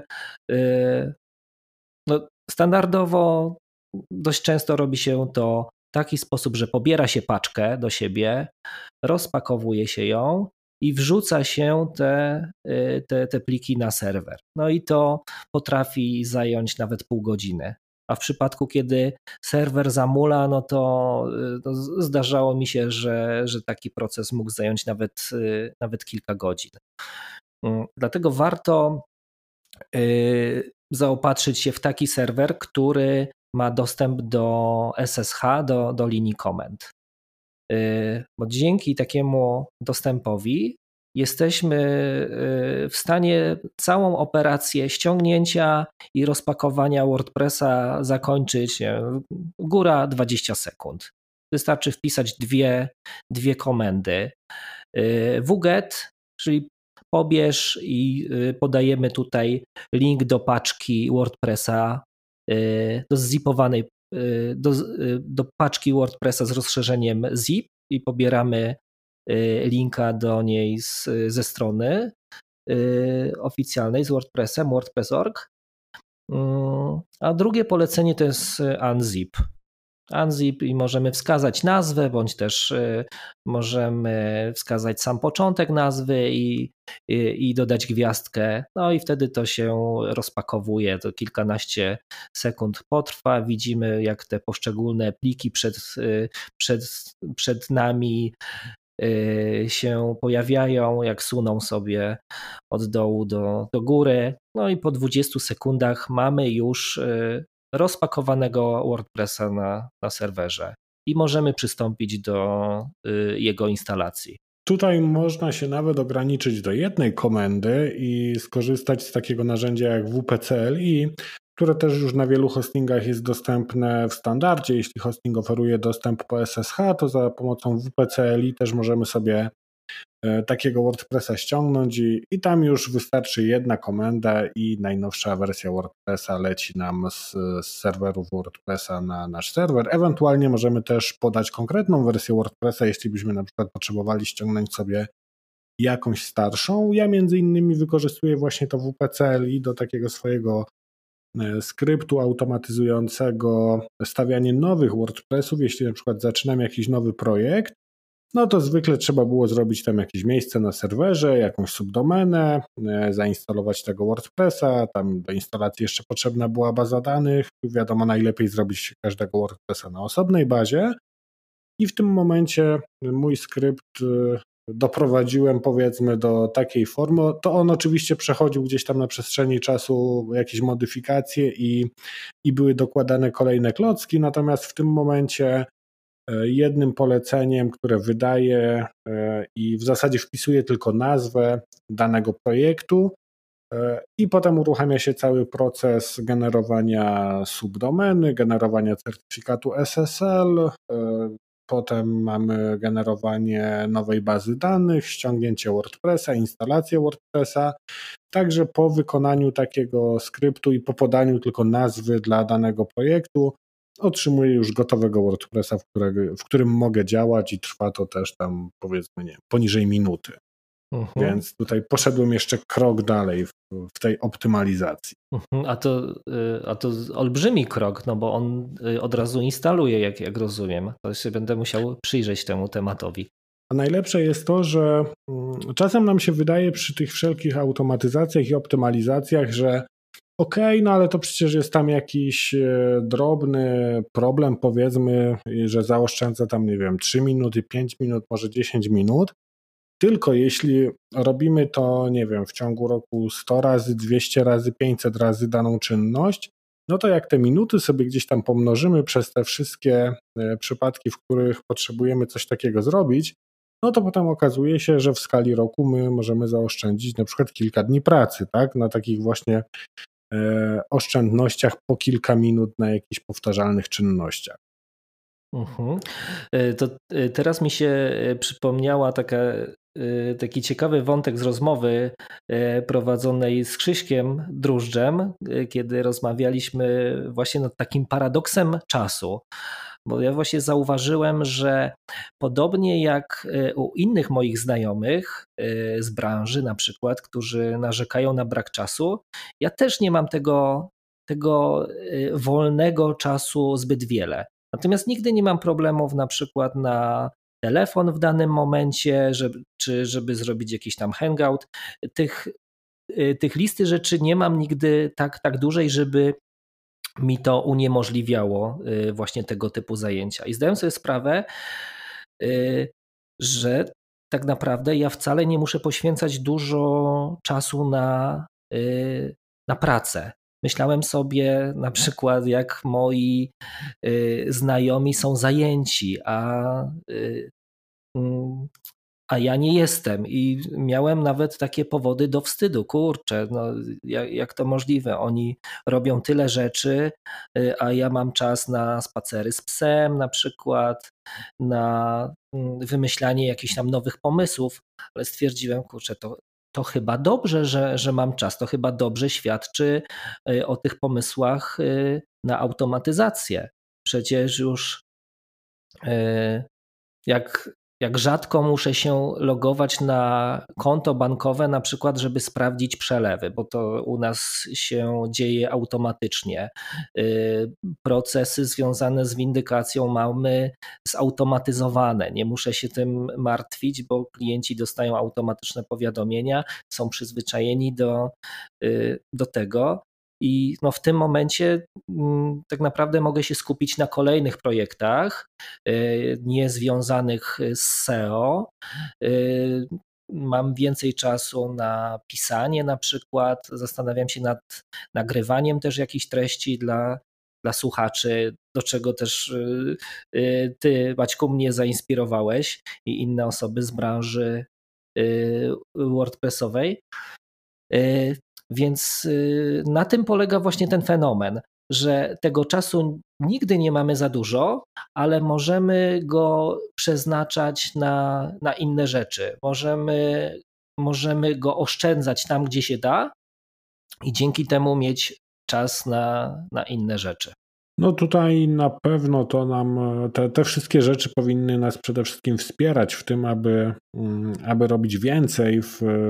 standardowo dość często robi się to w taki sposób, że pobiera się paczkę do siebie, rozpakowuje się ją i wrzuca się te pliki na serwer. No i to potrafi zająć nawet pół godziny. A w przypadku, kiedy serwer zamula, no to zdarzało mi się, że taki proces mógł zająć nawet kilka godzin. Dlatego warto zaopatrzyć się w taki serwer, który ma dostęp do SSH, do linii komend. Bo dzięki takiemu dostępowi jesteśmy w stanie całą operację ściągnięcia i rozpakowania WordPressa zakończyć góra 20 sekund. Wystarczy wpisać dwie komendy. wget, czyli pobierz i podajemy tutaj link do paczki WordPressa, do zzipowanej, do paczki WordPressa z rozszerzeniem zip i pobieramy linka do niej ze strony oficjalnej z WordPressem, wordpress.org. A drugie polecenie to jest unzip. Unzip i możemy wskazać nazwę, bądź też możemy wskazać sam początek nazwy i dodać gwiazdkę. No i wtedy to się rozpakowuje, to kilkanaście sekund potrwa. Widzimy, jak te poszczególne pliki przed nami się pojawiają, jak suną sobie od dołu do góry. No i po 20 sekundach mamy już rozpakowanego WordPressa na serwerze i możemy przystąpić do jego instalacji. Tutaj można się nawet ograniczyć do jednej komendy i skorzystać z takiego narzędzia jak WP-CLI, które też już na wielu hostingach jest dostępne w standardzie. Jeśli hosting oferuje dostęp po SSH, to za pomocą WP-CLI też możemy sobie takiego WordPressa ściągnąć i tam już wystarczy jedna komenda i najnowsza wersja WordPressa leci nam z serwerów WordPressa na nasz serwer. Ewentualnie możemy też podać konkretną wersję WordPressa, jeśli byśmy na przykład potrzebowali ściągnąć sobie jakąś starszą. Ja między innymi wykorzystuję właśnie to WP-CLI do takiego swojego skryptu automatyzującego stawianie nowych WordPressów. Jeśli na przykład zaczynam jakiś nowy projekt, no to zwykle trzeba było zrobić tam jakieś miejsce na serwerze, jakąś subdomenę, zainstalować tego WordPressa, tam do instalacji jeszcze potrzebna była baza danych, wiadomo, najlepiej zrobić każdego WordPressa na osobnej bazie i w tym momencie mój skrypt doprowadziłem powiedzmy do takiej formy, to on oczywiście przechodził gdzieś tam na przestrzeni czasu jakieś modyfikacje i były dokładane kolejne klocki, natomiast w tym momencie jednym poleceniem, które wydaje i w zasadzie wpisuje tylko nazwę danego projektu i potem uruchamia się cały proces generowania subdomeny, generowania certyfikatu SSL, potem mamy generowanie nowej bazy danych, ściągnięcie WordPressa, instalację WordPressa. Także po wykonaniu takiego skryptu i po podaniu tylko nazwy dla danego projektu otrzymuję już gotowego WordPressa, w którym mogę działać i trwa to też tam powiedzmy nie, poniżej minuty. Więc tutaj poszedłem jeszcze krok dalej w tej optymalizacji. A to olbrzymi krok, no bo on od razu instaluje, jak rozumiem. To się będę musiał przyjrzeć temu tematowi. A najlepsze jest to, że czasem nam się wydaje przy tych wszelkich automatyzacjach i optymalizacjach, że okej, no ale to przecież jest tam jakiś drobny problem, powiedzmy, że zaoszczędza tam, nie wiem, 3 minuty, 5 minut, może 10 minut. Tylko jeśli robimy to, nie wiem, w ciągu roku 100 razy, 200 razy, 500 razy daną czynność, no to jak te minuty sobie gdzieś tam pomnożymy przez te wszystkie przypadki, w których potrzebujemy coś takiego zrobić, no to potem okazuje się, że w skali roku my możemy zaoszczędzić na przykład kilka dni pracy, tak, na takich właśnie oszczędnościach po kilka minut na jakichś powtarzalnych czynnościach. To teraz mi się przypomniała taki ciekawy wątek z rozmowy prowadzonej z Krzyśkiem Drużdżem, kiedy rozmawialiśmy właśnie nad takim paradoksem czasu. Bo ja właśnie zauważyłem, że podobnie jak u innych moich znajomych z branży na przykład, którzy narzekają na brak czasu, ja też nie mam tego wolnego czasu zbyt wiele. Natomiast nigdy nie mam problemów na przykład na telefon w danym momencie, żeby zrobić jakiś tam hangout. Tych listy rzeczy nie mam nigdy tak dużej, żeby mi to uniemożliwiało właśnie tego typu zajęcia. I zdaję sobie sprawę, że tak naprawdę ja wcale nie muszę poświęcać dużo czasu na pracę. Myślałem sobie na przykład, jak moi znajomi są zajęci, a ja nie jestem i miałem nawet takie powody do wstydu. Kurczę, no jak to możliwe? Oni robią tyle rzeczy, a ja mam czas na spacery z psem na przykład, na wymyślanie jakichś tam nowych pomysłów, ale stwierdziłem, kurczę, to chyba dobrze, że mam czas, to chyba dobrze świadczy o tych pomysłach na automatyzację. Przecież już jak rzadko muszę się logować na konto bankowe, na przykład, żeby sprawdzić przelewy, bo to u nas się dzieje automatycznie. Procesy związane z windykacją mamy zautomatyzowane. Nie muszę się tym martwić, bo klienci dostają automatyczne powiadomienia, są przyzwyczajeni do tego. I no w tym momencie tak naprawdę mogę się skupić na kolejnych projektach niezwiązanych z SEO. Mam więcej czasu na pisanie na przykład, zastanawiam się nad nagrywaniem też jakichś treści dla dla słuchaczy, do czego też ty, Maćku, mnie zainspirowałeś i inne osoby z branży WordPressowej. Więc na tym polega właśnie ten fenomen, że tego czasu nigdy nie mamy za dużo, ale możemy go przeznaczać na inne rzeczy. Możemy go oszczędzać tam, gdzie się da i dzięki temu mieć czas na inne rzeczy. No tutaj na pewno to nam, te wszystkie rzeczy powinny nas przede wszystkim wspierać w tym, aby robić więcej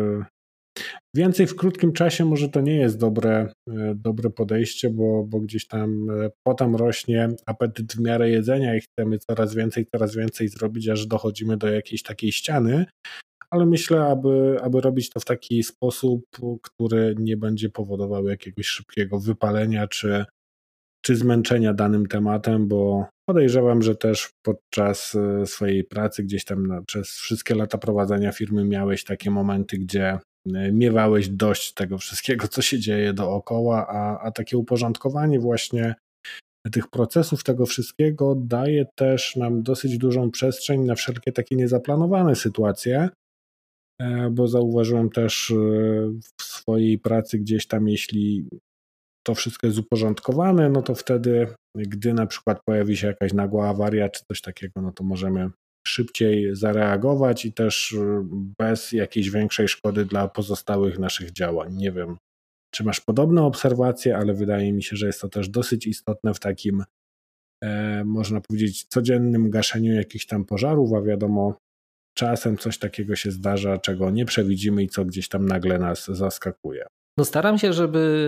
w krótkim czasie. Może to nie jest dobre podejście, bo gdzieś tam potem rośnie apetyt w miarę jedzenia i chcemy coraz więcej zrobić, aż dochodzimy do jakiejś takiej ściany, ale myślę, aby robić to w taki sposób, który nie będzie powodował jakiegoś szybkiego wypalenia czy zmęczenia danym tematem, bo podejrzewam, że też podczas swojej pracy gdzieś tam przez wszystkie lata prowadzenia firmy miałeś takie momenty, gdzie miewałeś dość tego wszystkiego, co się dzieje dookoła, a takie uporządkowanie właśnie tych procesów, tego wszystkiego daje też nam dosyć dużą przestrzeń na wszelkie takie niezaplanowane sytuacje, bo zauważyłem też w swojej pracy gdzieś tam, jeśli to wszystko jest uporządkowane, no to wtedy, gdy na przykład pojawi się jakaś nagła awaria czy coś takiego, no to możemy szybciej zareagować i też bez jakiejś większej szkody dla pozostałych naszych działań. Nie wiem, czy masz podobne obserwacje, ale wydaje mi się, że jest to też dosyć istotne w takim, można powiedzieć, codziennym gaszeniu jakichś tam pożarów, a wiadomo, czasem coś takiego się zdarza, czego nie przewidzimy i co gdzieś tam nagle nas zaskakuje. No staram się,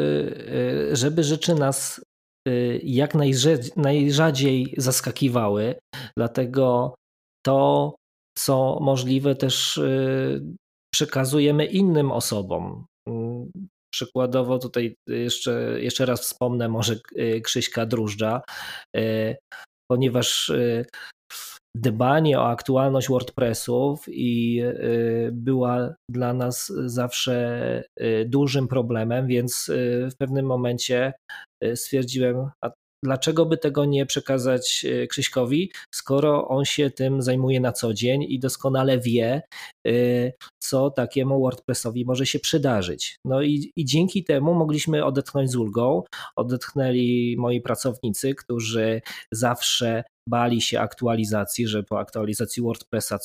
żeby rzeczy nas jak najrzadziej zaskakiwały, dlatego to, co możliwe, też przekazujemy innym osobom. Przykładowo tutaj jeszcze raz wspomnę może Krzyśka Drużdża, ponieważ dbanie o aktualność WordPressów była dla nas zawsze dużym problemem, więc w pewnym momencie stwierdziłem, a dlaczego by tego nie przekazać Krzyśkowi, skoro on się tym zajmuje na co dzień i doskonale wie, co takiemu WordPressowi może się przydarzyć. No i dzięki temu mogliśmy odetchnąć z ulgą. Odetchnęli moi pracownicy, którzy zawsze bali się aktualizacji, że po aktualizacji WordPressa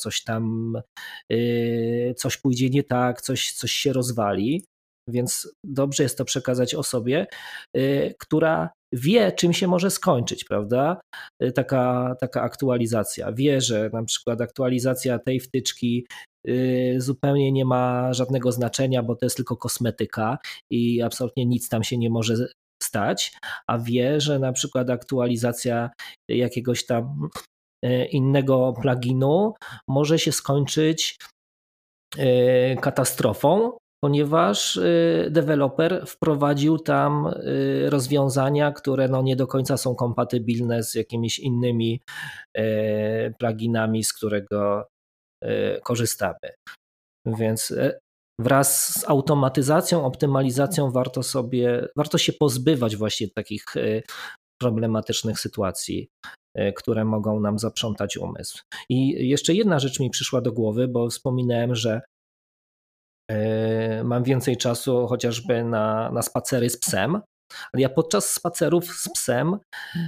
coś pójdzie nie tak, coś się rozwali. Więc dobrze jest to przekazać osobie, która wie, czym się może skończyć, prawda? Taka aktualizacja. Wie, że na przykład aktualizacja tej wtyczki zupełnie nie ma żadnego znaczenia, bo to jest tylko kosmetyka i absolutnie nic tam się nie może stać, a wie, że na przykład aktualizacja jakiegoś tam innego pluginu może się skończyć katastrofą, ponieważ deweloper wprowadził tam rozwiązania, które nie do końca są kompatybilne z jakimiś innymi pluginami, z którego korzystamy. Więc wraz z automatyzacją, optymalizacją warto się pozbywać właśnie takich problematycznych sytuacji, które mogą nam zaprzątać umysł. I jeszcze jedna rzecz mi przyszła do głowy, bo wspominałem, że mam więcej czasu chociażby na spacery z psem, ale ja podczas spacerów z psem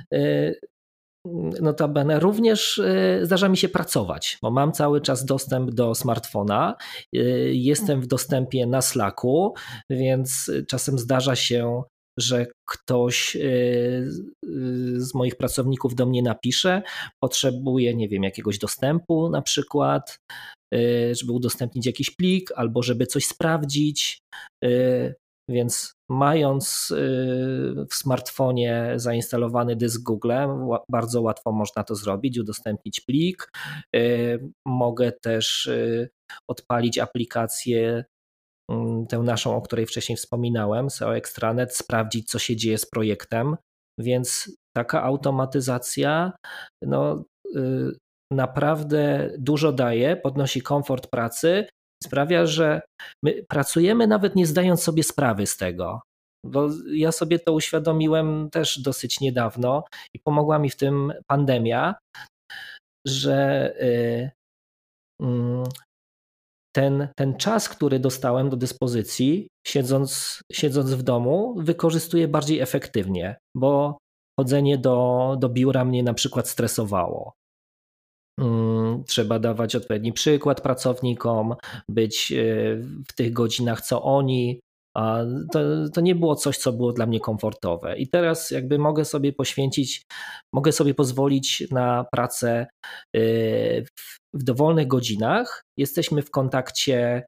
notabene również zdarza mi się pracować, bo mam cały czas dostęp do smartfona, jestem w dostępie na Slacku, więc czasem zdarza się, że ktoś z moich pracowników do mnie napisze, potrzebuje, nie wiem, jakiegoś dostępu na przykład, żeby udostępnić jakiś plik albo żeby coś sprawdzić, więc mając w smartfonie zainstalowany dysk Google, bardzo łatwo można to zrobić, udostępnić plik. Mogę też odpalić aplikację tę naszą, o której wcześniej wspominałem, SEO Extranet, sprawdzić, co się dzieje z projektem, więc taka automatyzacja naprawdę dużo daje, podnosi komfort pracy, sprawia, że my pracujemy nawet nie zdając sobie sprawy z tego. Bo ja sobie to uświadomiłem też dosyć niedawno i pomogła mi w tym pandemia, że ten czas, który dostałem do dyspozycji, siedząc w domu, wykorzystuję bardziej efektywnie, bo chodzenie do biura mnie na przykład stresowało. Trzeba dawać odpowiedni przykład pracownikom, być w tych godzinach co oni, a to nie było coś, co było dla mnie komfortowe. I teraz jakby mogę sobie pozwolić na pracę w dowolnych godzinach. Jesteśmy w kontakcie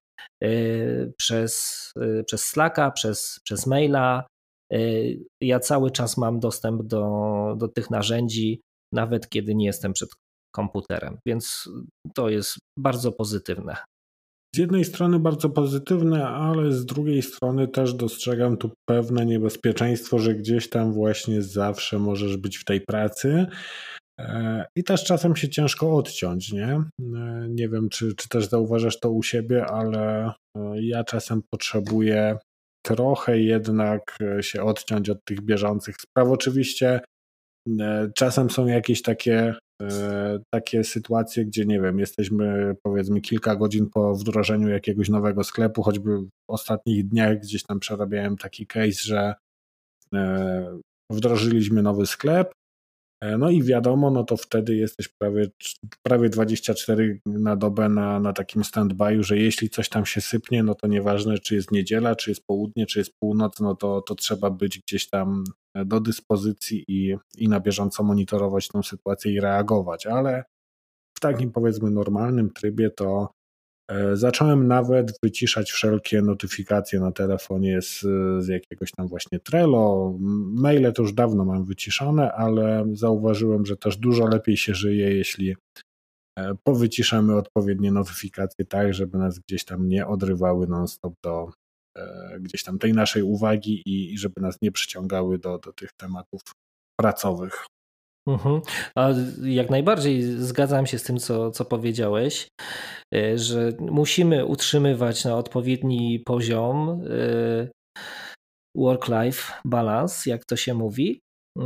przez Slacka, przez maila. Ja cały czas mam dostęp do tych narzędzi, nawet kiedy nie jestem przed komputerem, więc to jest bardzo pozytywne. Z jednej strony bardzo pozytywne, ale z drugiej strony też dostrzegam tu pewne niebezpieczeństwo, że gdzieś tam właśnie zawsze możesz być w tej pracy i też czasem się ciężko odciąć, nie? Nie wiem, czy też zauważasz to u siebie, ale ja czasem potrzebuję trochę jednak się odciąć od tych bieżących spraw. Oczywiście czasem są jakieś takie sytuacje, gdzie nie wiem, jesteśmy powiedzmy kilka godzin po wdrożeniu jakiegoś nowego sklepu, choćby w ostatnich dniach gdzieś tam przerabiałem taki case, że wdrożyliśmy nowy sklep, no i wiadomo, no to wtedy jesteś prawie 24 na dobę na takim stand-by'u, że jeśli coś tam się sypnie, no to nieważne, czy jest niedziela, czy jest południe, czy jest północ, no to trzeba być gdzieś tam do dyspozycji i na bieżąco monitorować tę sytuację i reagować, ale w takim powiedzmy normalnym trybie to zacząłem nawet wyciszać wszelkie notyfikacje na telefonie z jakiegoś tam właśnie Trello. Maile to już dawno mam wyciszone, ale zauważyłem, że też dużo lepiej się żyje, jeśli powyciszamy odpowiednie notyfikacje tak, żeby nas gdzieś tam nie odrywały non-stop do gdzieś tam tej naszej uwagi i żeby nas nie przyciągały do tych tematów pracowych. A jak najbardziej zgadzam się z tym, co powiedziałeś, że musimy utrzymywać na odpowiedni poziom work-life balance, jak to się mówi.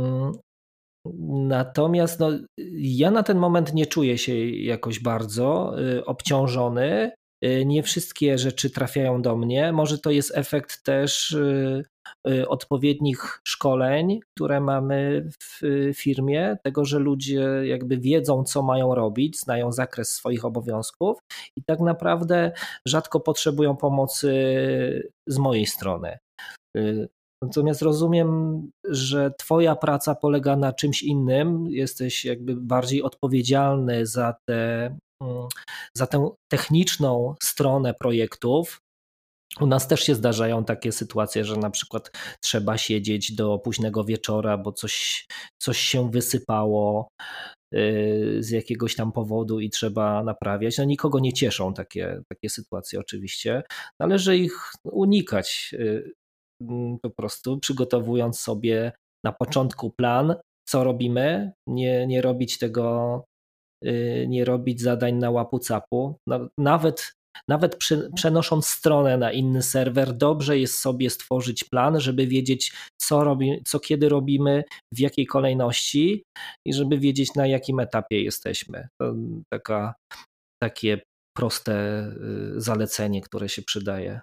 Natomiast no, ja na ten moment nie czuję się jakoś bardzo obciążony. Nie wszystkie rzeczy trafiają do mnie. Może to jest efekt też odpowiednich szkoleń, które mamy w firmie, tego, że ludzie jakby wiedzą, co mają robić, znają zakres swoich obowiązków i tak naprawdę rzadko potrzebują pomocy z mojej strony. Natomiast rozumiem, że twoja praca polega na czymś innym, jesteś jakby bardziej odpowiedzialny za tę techniczną stronę projektów. U nas też się zdarzają takie sytuacje, że na przykład trzeba siedzieć do późnego wieczora, bo coś się wysypało z jakiegoś tam powodu i trzeba naprawiać. No nikogo nie cieszą takie sytuacje oczywiście. Należy ich unikać po prostu, przygotowując sobie na początku plan, co robimy, nie robić tego, nie robić zadań na łapu-capu. Nawet przenosząc stronę na inny serwer, dobrze jest sobie stworzyć plan, żeby wiedzieć, co kiedy robimy, w jakiej kolejności i żeby wiedzieć, na jakim etapie jesteśmy. To takie proste zalecenie, które się przydaje.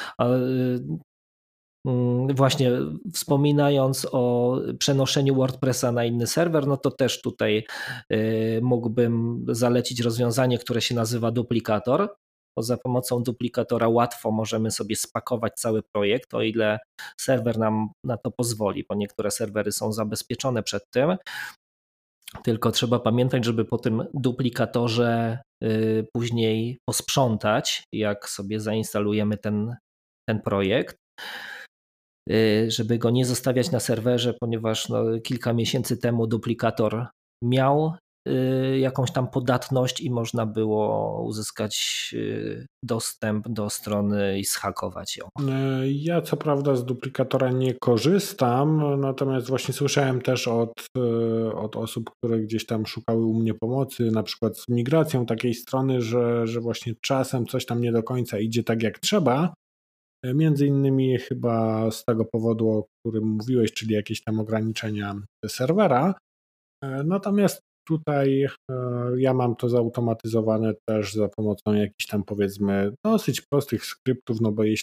Właśnie wspominając o przenoszeniu WordPressa na inny serwer, no to też tutaj mógłbym zalecić rozwiązanie, które się nazywa duplikator, bo za pomocą duplikatora łatwo możemy sobie spakować cały projekt, o ile serwer nam na to pozwoli, bo niektóre serwery są zabezpieczone przed tym. Tylko trzeba pamiętać, żeby po tym duplikatorze później posprzątać, jak sobie zainstalujemy ten projekt, żeby go nie zostawiać na serwerze, ponieważ kilka miesięcy temu duplikator miał jakąś tam podatność i można było uzyskać dostęp do strony i zhakować ją. Ja co prawda z duplikatora nie korzystam, natomiast właśnie słyszałem też od osób, które gdzieś tam szukały u mnie pomocy, na przykład z migracją takiej strony, że właśnie czasem coś tam nie do końca idzie tak jak trzeba. Między innymi chyba z tego powodu, o którym mówiłeś, czyli jakieś tam ograniczenia serwera. Natomiast tutaj ja mam to zautomatyzowane też za pomocą jakichś tam, powiedzmy, dosyć prostych skryptów, no bo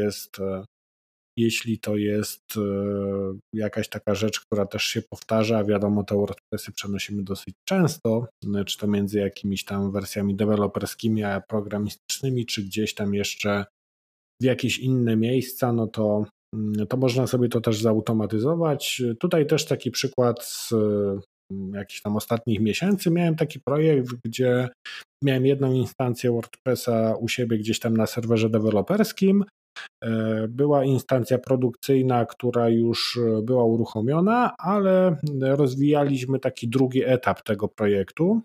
jeśli to jest jakaś taka rzecz, która też się powtarza, wiadomo, te WordPressy przenosimy dosyć często, czy to między jakimiś tam wersjami deweloperskimi a programistycznymi, czy gdzieś tam jeszcze w jakieś inne miejsca, no to można sobie to też zautomatyzować. Tutaj też taki przykład z jakichś tam ostatnich miesięcy. Miałem taki projekt, gdzie miałem jedną instancję WordPressa u siebie gdzieś tam na serwerze deweloperskim. Była instancja produkcyjna, która już była uruchomiona, ale rozwijaliśmy taki drugi etap tego projektu.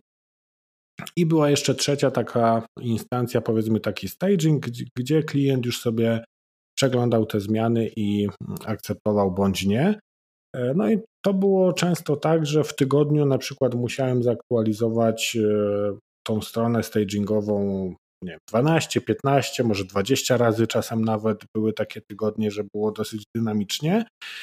I była jeszcze trzecia taka instancja, powiedzmy taki staging, gdzie klient już sobie przeglądał te zmiany i akceptował bądź nie. No i to było często tak, że w tygodniu na przykład musiałem zaktualizować tą stronę stagingową, nie wiem, 12, 15, może 20 razy, czasem nawet były takie tygodnie, że było dosyć dynamicznie.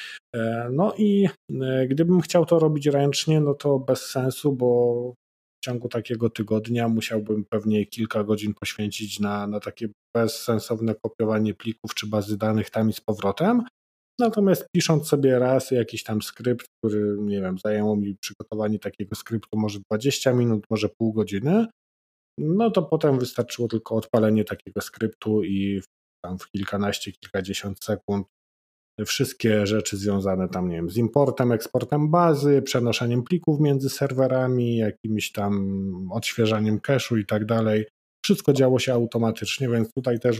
No i gdybym chciał to robić ręcznie, no to bez sensu, bo w ciągu takiego tygodnia musiałbym pewnie kilka godzin poświęcić na takie bezsensowne kopiowanie plików czy bazy danych tam i z powrotem. Natomiast pisząc sobie raz jakiś tam skrypt, który, nie wiem, zajęło mi przygotowanie takiego skryptu może 20 minut, może pół godziny, no to potem wystarczyło tylko odpalenie takiego skryptu i tam w kilkanaście, kilkadziesiąt sekund wszystkie rzeczy związane tam, nie wiem, z importem, eksportem bazy, przenoszeniem plików między serwerami, jakimś tam odświeżaniem cache'u i tak dalej. Wszystko działo się automatycznie, więc tutaj też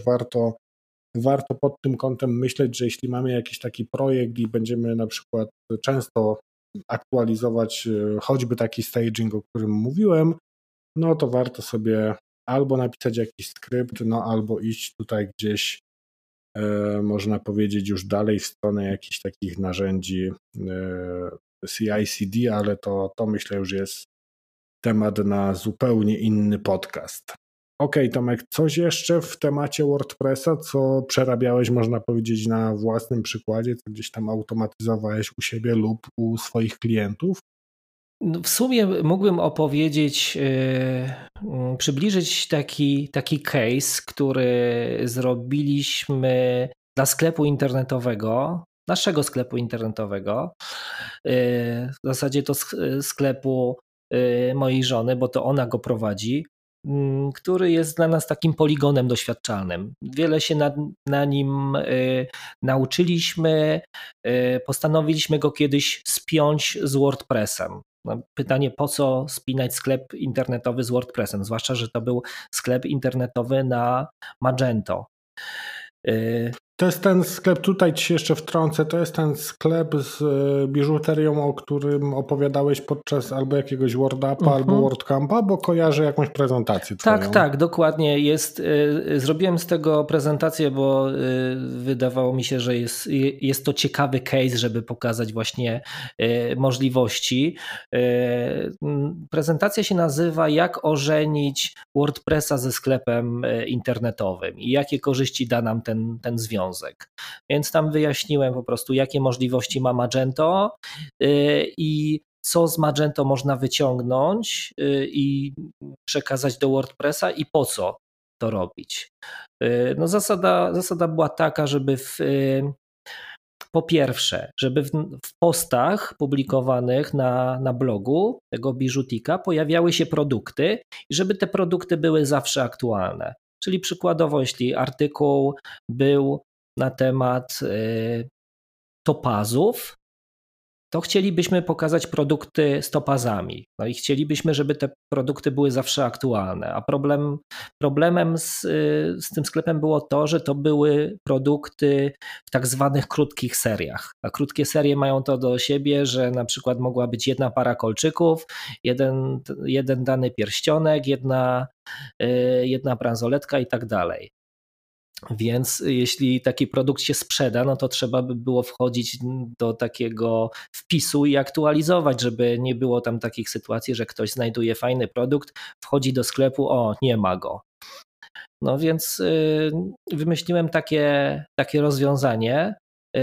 warto pod tym kątem myśleć, że jeśli mamy jakiś taki projekt i będziemy na przykład często aktualizować choćby taki staging, o którym mówiłem, no to warto sobie albo napisać jakiś skrypt, no albo iść tutaj gdzieś, można powiedzieć, już dalej w stronę jakichś takich narzędzi CI/CD, ale to myślę już jest temat na zupełnie inny podcast. Okej, Tomek, coś jeszcze w temacie WordPressa, co przerabiałeś, można powiedzieć, na własnym przykładzie, co gdzieś tam automatyzowałeś u siebie lub u swoich klientów? No, w sumie mógłbym opowiedzieć, przybliżyć taki case, który zrobiliśmy dla sklepu internetowego, naszego sklepu internetowego. W zasadzie to sklepu mojej żony, bo to ona go prowadzi, który jest dla nas takim poligonem doświadczalnym. Wiele się na nim nauczyliśmy, postanowiliśmy go kiedyś spiąć z WordPressem. No, pytanie, po co spinać sklep internetowy z WordPressem, zwłaszcza, że to był sklep internetowy na Magento. To jest ten sklep, tutaj ci się jeszcze wtrącę, to jest ten sklep z biżuterią, o którym opowiadałeś podczas albo jakiegoś WordUpa, albo WordCampa, bo kojarzę jakąś prezentację twoją. Tak, dokładnie. Zrobiłem z tego prezentację, bo wydawało mi się, że jest to ciekawy case, żeby pokazać właśnie możliwości. Prezentacja się nazywa "Jak ożenić WordPressa ze sklepem internetowym i jakie korzyści da nam ten związek". Więc tam wyjaśniłem po prostu, jakie możliwości ma Magento i co z Magento można wyciągnąć i przekazać do WordPressa i po co to robić. No zasada była taka, żeby po pierwsze, żeby w postach publikowanych na blogu tego Biżutika pojawiały się produkty i żeby te produkty były zawsze aktualne. Czyli przykładowo, jeśli artykuł był na temat topazów, to chcielibyśmy pokazać produkty z topazami. No i chcielibyśmy, żeby te produkty były zawsze aktualne. A problemem z tym sklepem było to, że to były produkty w tak zwanych krótkich seriach. A krótkie serie mają to do siebie, że na przykład mogła być jedna para kolczyków, jeden dany pierścionek, jedna bransoletka i tak dalej. Więc jeśli taki produkt się sprzeda, no to trzeba by było wchodzić do takiego wpisu i aktualizować, żeby nie było tam takich sytuacji, że ktoś znajduje fajny produkt, wchodzi do sklepu, o, nie ma go. No więc wymyśliłem takie rozwiązanie.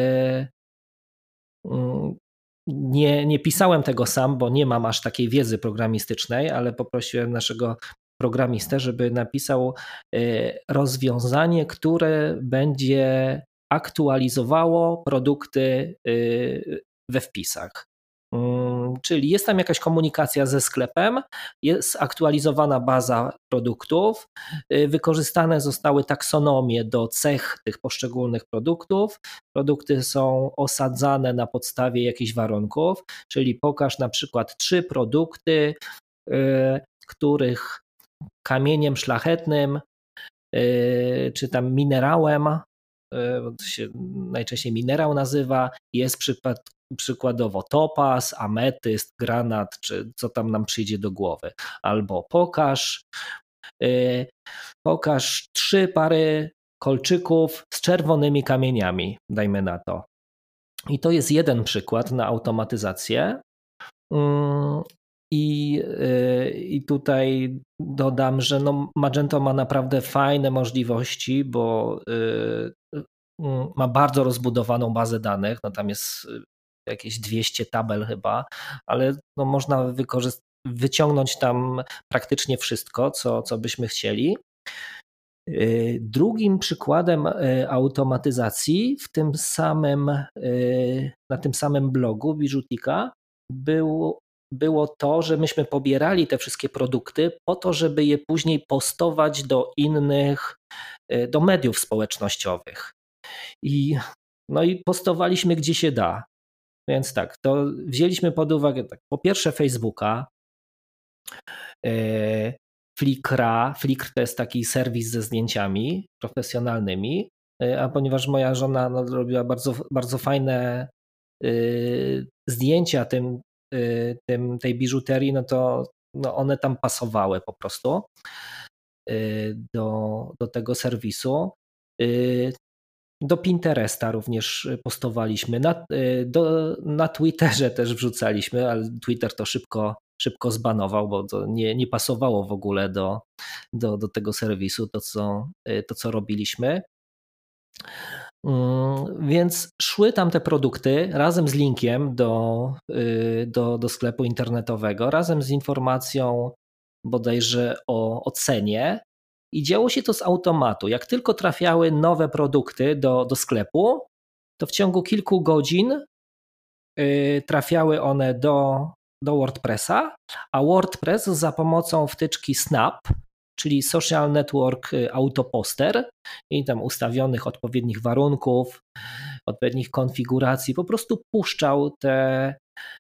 Nie pisałem tego sam, bo nie mam aż takiej wiedzy programistycznej, ale poprosiłem naszego programistę, żeby napisał rozwiązanie, które będzie aktualizowało produkty we wpisach. Czyli jest tam jakaś komunikacja ze sklepem, jest aktualizowana baza produktów, wykorzystane zostały taksonomie do cech tych poszczególnych produktów. Produkty są osadzane na podstawie jakichś warunków, czyli pokaż na przykład 3 produkty, których kamieniem szlachetnym czy tam minerałem, to się najczęściej minerał nazywa, jest przykładowo topaz, ametyst, granat, czy co tam nam przyjdzie do głowy. Albo pokaż 3 pary kolczyków z czerwonymi kamieniami, dajmy na to. I to jest jeden przykład na automatyzację. I tutaj dodam, że Magento ma naprawdę fajne możliwości, bo ma bardzo rozbudowaną bazę danych, tam jest jakieś 200 tabel chyba, ale można wyciągnąć tam praktycznie wszystko, co byśmy chcieli. Drugim przykładem automatyzacji na tym samym blogu Biżutika było to, że myśmy pobierali te wszystkie produkty po to, żeby je później postować do mediów społecznościowych. I postowaliśmy gdzie się da. Więc tak, to wzięliśmy pod uwagę po pierwsze Facebooka, Flickra. Flickr to jest taki serwis ze zdjęciami profesjonalnymi, a ponieważ moja żona robiła bardzo, bardzo fajne zdjęcia tej biżuterii, to one tam pasowały po prostu do tego serwisu. Do Pinteresta również postowaliśmy, na Twitterze też wrzucaliśmy, ale Twitter to szybko zbanował, bo to nie pasowało w ogóle do tego serwisu, to co robiliśmy. Więc szły tam te produkty razem z linkiem do sklepu internetowego, razem z informacją bodajże o cenie. I działo się to z automatu. Jak tylko trafiały nowe produkty do sklepu, to w ciągu kilku godzin trafiały one do WordPressa, a WordPress za pomocą wtyczki Snap, czyli Social Network Autoposter i tam ustawionych odpowiednich warunków, odpowiednich konfiguracji, po prostu puszczał te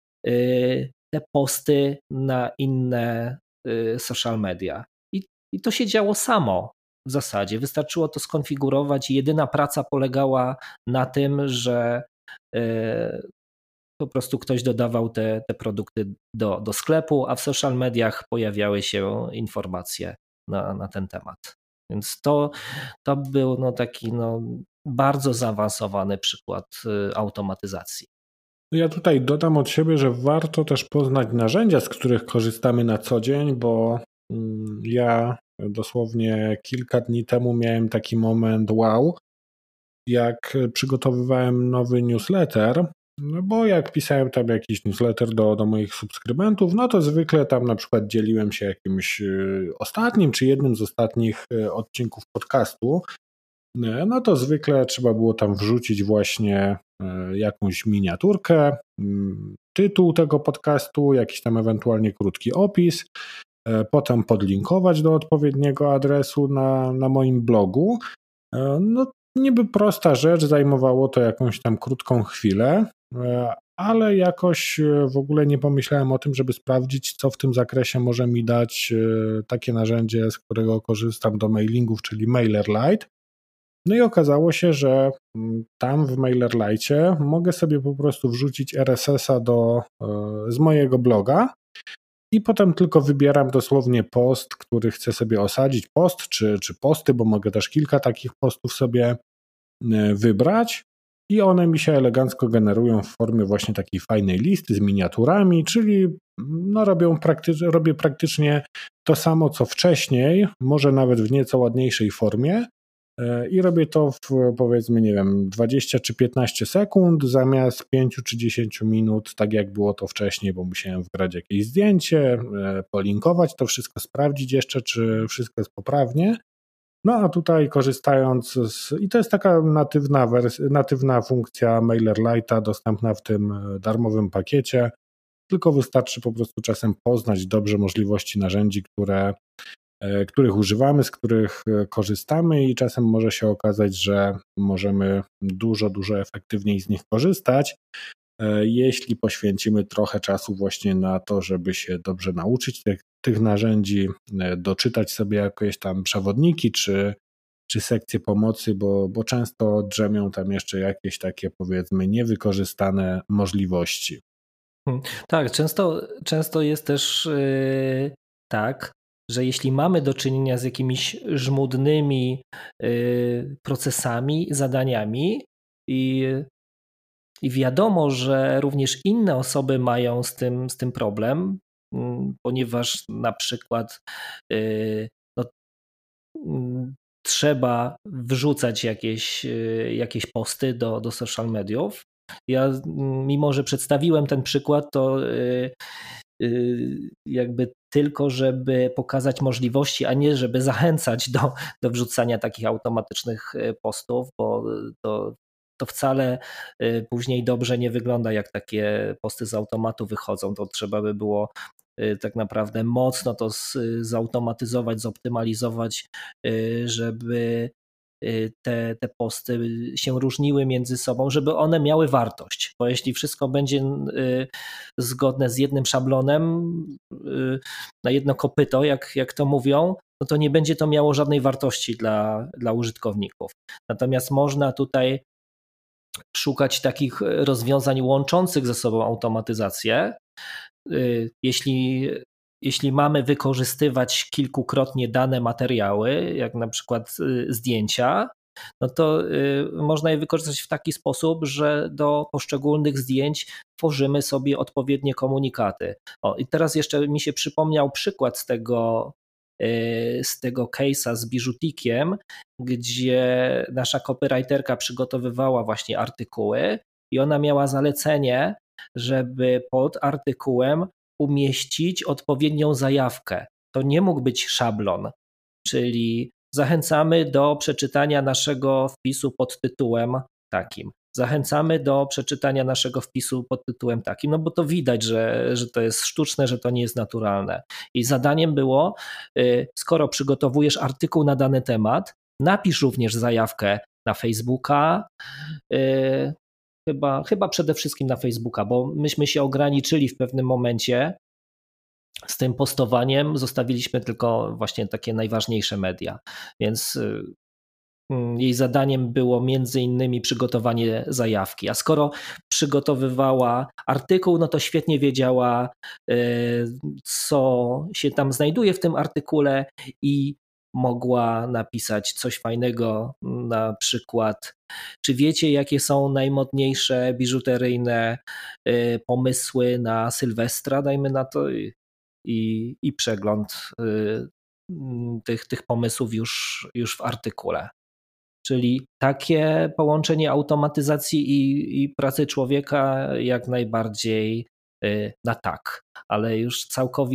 posty na inne social media. I to się działo samo w zasadzie. Wystarczyło to skonfigurować i jedyna praca polegała na tym, że po prostu ktoś dodawał te produkty do sklepu, a w social mediach pojawiały się informacje na ten temat. Więc to był taki bardzo zaawansowany przykład automatyzacji. Ja tutaj dodam od siebie, że warto też poznać narzędzia, z których korzystamy na co dzień, bo ja dosłownie kilka dni temu miałem taki moment wow, jak przygotowywałem nowy newsletter, bo jak pisałem tam jakiś newsletter do moich subskrybentów, to zwykle tam na przykład dzieliłem się jakimś ostatnim czy jednym z ostatnich odcinków podcastu, to zwykle trzeba było tam wrzucić właśnie jakąś miniaturkę, tytuł tego podcastu, jakiś tam ewentualnie krótki opis, potem podlinkować do odpowiedniego adresu na moim blogu. Niby prosta rzecz, zajmowało to jakąś tam krótką chwilę, ale jakoś w ogóle nie pomyślałem o tym, żeby sprawdzić, co w tym zakresie może mi dać takie narzędzie, z którego korzystam do mailingów, czyli MailerLite. I okazało się, że tam w MailerLite mogę sobie po prostu wrzucić RSS-a z mojego bloga i potem tylko wybieram dosłownie post, który chcę sobie osadzić, post czy posty, bo mogę też kilka takich postów sobie wybrać i one mi się elegancko generują w formie właśnie takiej fajnej listy z miniaturami, czyli no robię praktycznie to samo, co wcześniej, może nawet w nieco ładniejszej formie i robię to w, powiedzmy, nie wiem, 20 czy 15 sekund zamiast 5 czy 10 minut, tak jak było to wcześniej, bo musiałem wgrać jakieś zdjęcie, polinkować to wszystko, sprawdzić jeszcze, czy wszystko jest poprawnie. No a tutaj korzystając i to jest taka natywna funkcja MailerLite'a dostępna w tym darmowym pakiecie, tylko wystarczy po prostu czasem poznać dobrze możliwości narzędzi, których używamy, z których korzystamy i czasem może się okazać, że możemy dużo efektywniej z nich korzystać, jeśli poświęcimy trochę czasu właśnie na to, żeby się dobrze nauczyć tych narzędzi, doczytać sobie jakieś tam przewodniki czy sekcje pomocy, bo często drzemią tam jeszcze jakieś takie, powiedzmy, niewykorzystane możliwości. Tak, często jest też tak, że jeśli mamy do czynienia z jakimiś żmudnymi procesami, zadaniami i wiadomo, że również inne osoby mają z tym problem, ponieważ na przykład no, trzeba wrzucać jakieś posty do social mediów. Ja, mimo że przedstawiłem ten przykład, to jakby tylko, żeby pokazać możliwości, a nie żeby zachęcać do wrzucania takich automatycznych postów, bo to wcale później dobrze nie wygląda, jak takie posty z automatu wychodzą. To trzeba by było tak naprawdę mocno to zautomatyzować, zoptymalizować, żeby te posty się różniły między sobą, żeby one miały wartość, bo jeśli wszystko będzie zgodne z jednym szablonem na jedno kopyto, jak to mówią, no to nie będzie to miało żadnej wartości dla użytkowników. Natomiast można tutaj szukać takich rozwiązań łączących ze sobą automatyzację. Jeśli mamy wykorzystywać kilkukrotnie dane materiały, jak na przykład zdjęcia, no to można je wykorzystać w taki sposób, że do poszczególnych zdjęć tworzymy sobie odpowiednie komunikaty. I teraz jeszcze mi się przypomniał przykład z tego case'a z biżutikiem, gdzie nasza copywriterka przygotowywała właśnie artykuły i ona miała zalecenie, żeby pod artykułem umieścić odpowiednią zajawkę. To nie mógł być szablon, czyli zachęcamy do przeczytania naszego wpisu pod tytułem takim. Zachęcamy do przeczytania naszego wpisu pod tytułem takim, no bo to widać, że to jest sztuczne, że to nie jest naturalne. I zadaniem było, skoro przygotowujesz artykuł na dany temat, napisz również zajawkę na Facebooka, chyba przede wszystkim na Facebooka, bo myśmy się ograniczyli w pewnym momencie z tym postowaniem, zostawiliśmy tylko właśnie takie najważniejsze media, więc jej zadaniem było między innymi przygotowanie zajawki, a skoro przygotowywała artykuł, no to świetnie wiedziała, co się tam znajduje w tym artykule i mogła napisać coś fajnego, na przykład: czy wiecie, jakie są najmodniejsze biżuteryjne pomysły na Sylwestra, dajmy na to, i przegląd tych pomysłów już w artykule. Czyli takie połączenie automatyzacji i pracy człowieka jak najbardziej na tak, ale już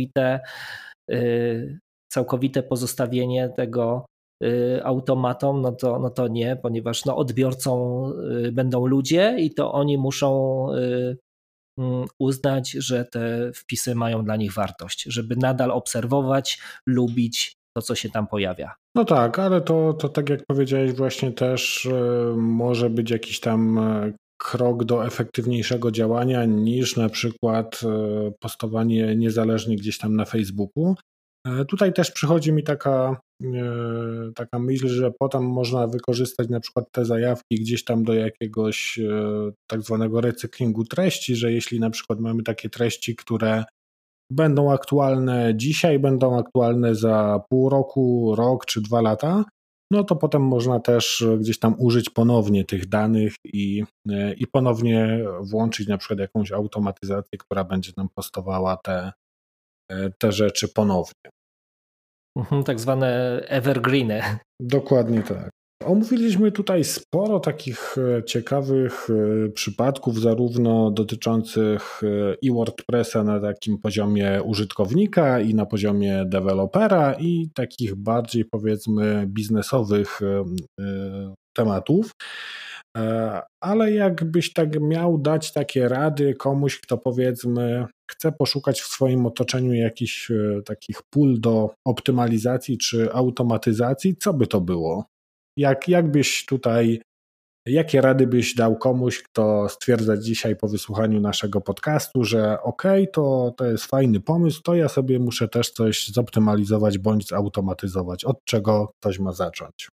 całkowite pozostawienie tego automatom, no to nie, ponieważ odbiorcą będą ludzie i to oni muszą uznać, że te wpisy mają dla nich wartość, żeby nadal obserwować, lubić to, co się tam pojawia. No tak, ale to tak jak powiedziałeś właśnie też może być jakiś tam krok do efektywniejszego działania niż na przykład postowanie niezależnie gdzieś tam na Facebooku. Tutaj też przychodzi mi taka myśl, że potem można wykorzystać na przykład te zajawki gdzieś tam do jakiegoś tak zwanego recyklingu treści, że jeśli na przykład mamy takie treści, które będą aktualne dzisiaj, będą aktualne za pół roku, rok czy 2 lata, no to potem można też gdzieś tam użyć ponownie tych danych i ponownie włączyć na przykład jakąś automatyzację, która będzie nam postawała te rzeczy ponownie. Tak zwane evergreeny. Dokładnie tak. Omówiliśmy tutaj sporo takich ciekawych przypadków, zarówno dotyczących i WordPressa na takim poziomie użytkownika i na poziomie dewelopera, i takich bardziej, powiedzmy, biznesowych tematów. Ale jakbyś tak miał dać takie rady komuś, kto, powiedzmy, chce poszukać w swoim otoczeniu jakichś takich pól do optymalizacji czy automatyzacji, co by to było? Jakbyś tutaj, jakie rady byś dał komuś, kto stwierdza dzisiaj po wysłuchaniu naszego podcastu, że okej, to jest fajny pomysł, to ja sobie muszę też coś zoptymalizować bądź zautomatyzować. Od czego ktoś ma zacząć?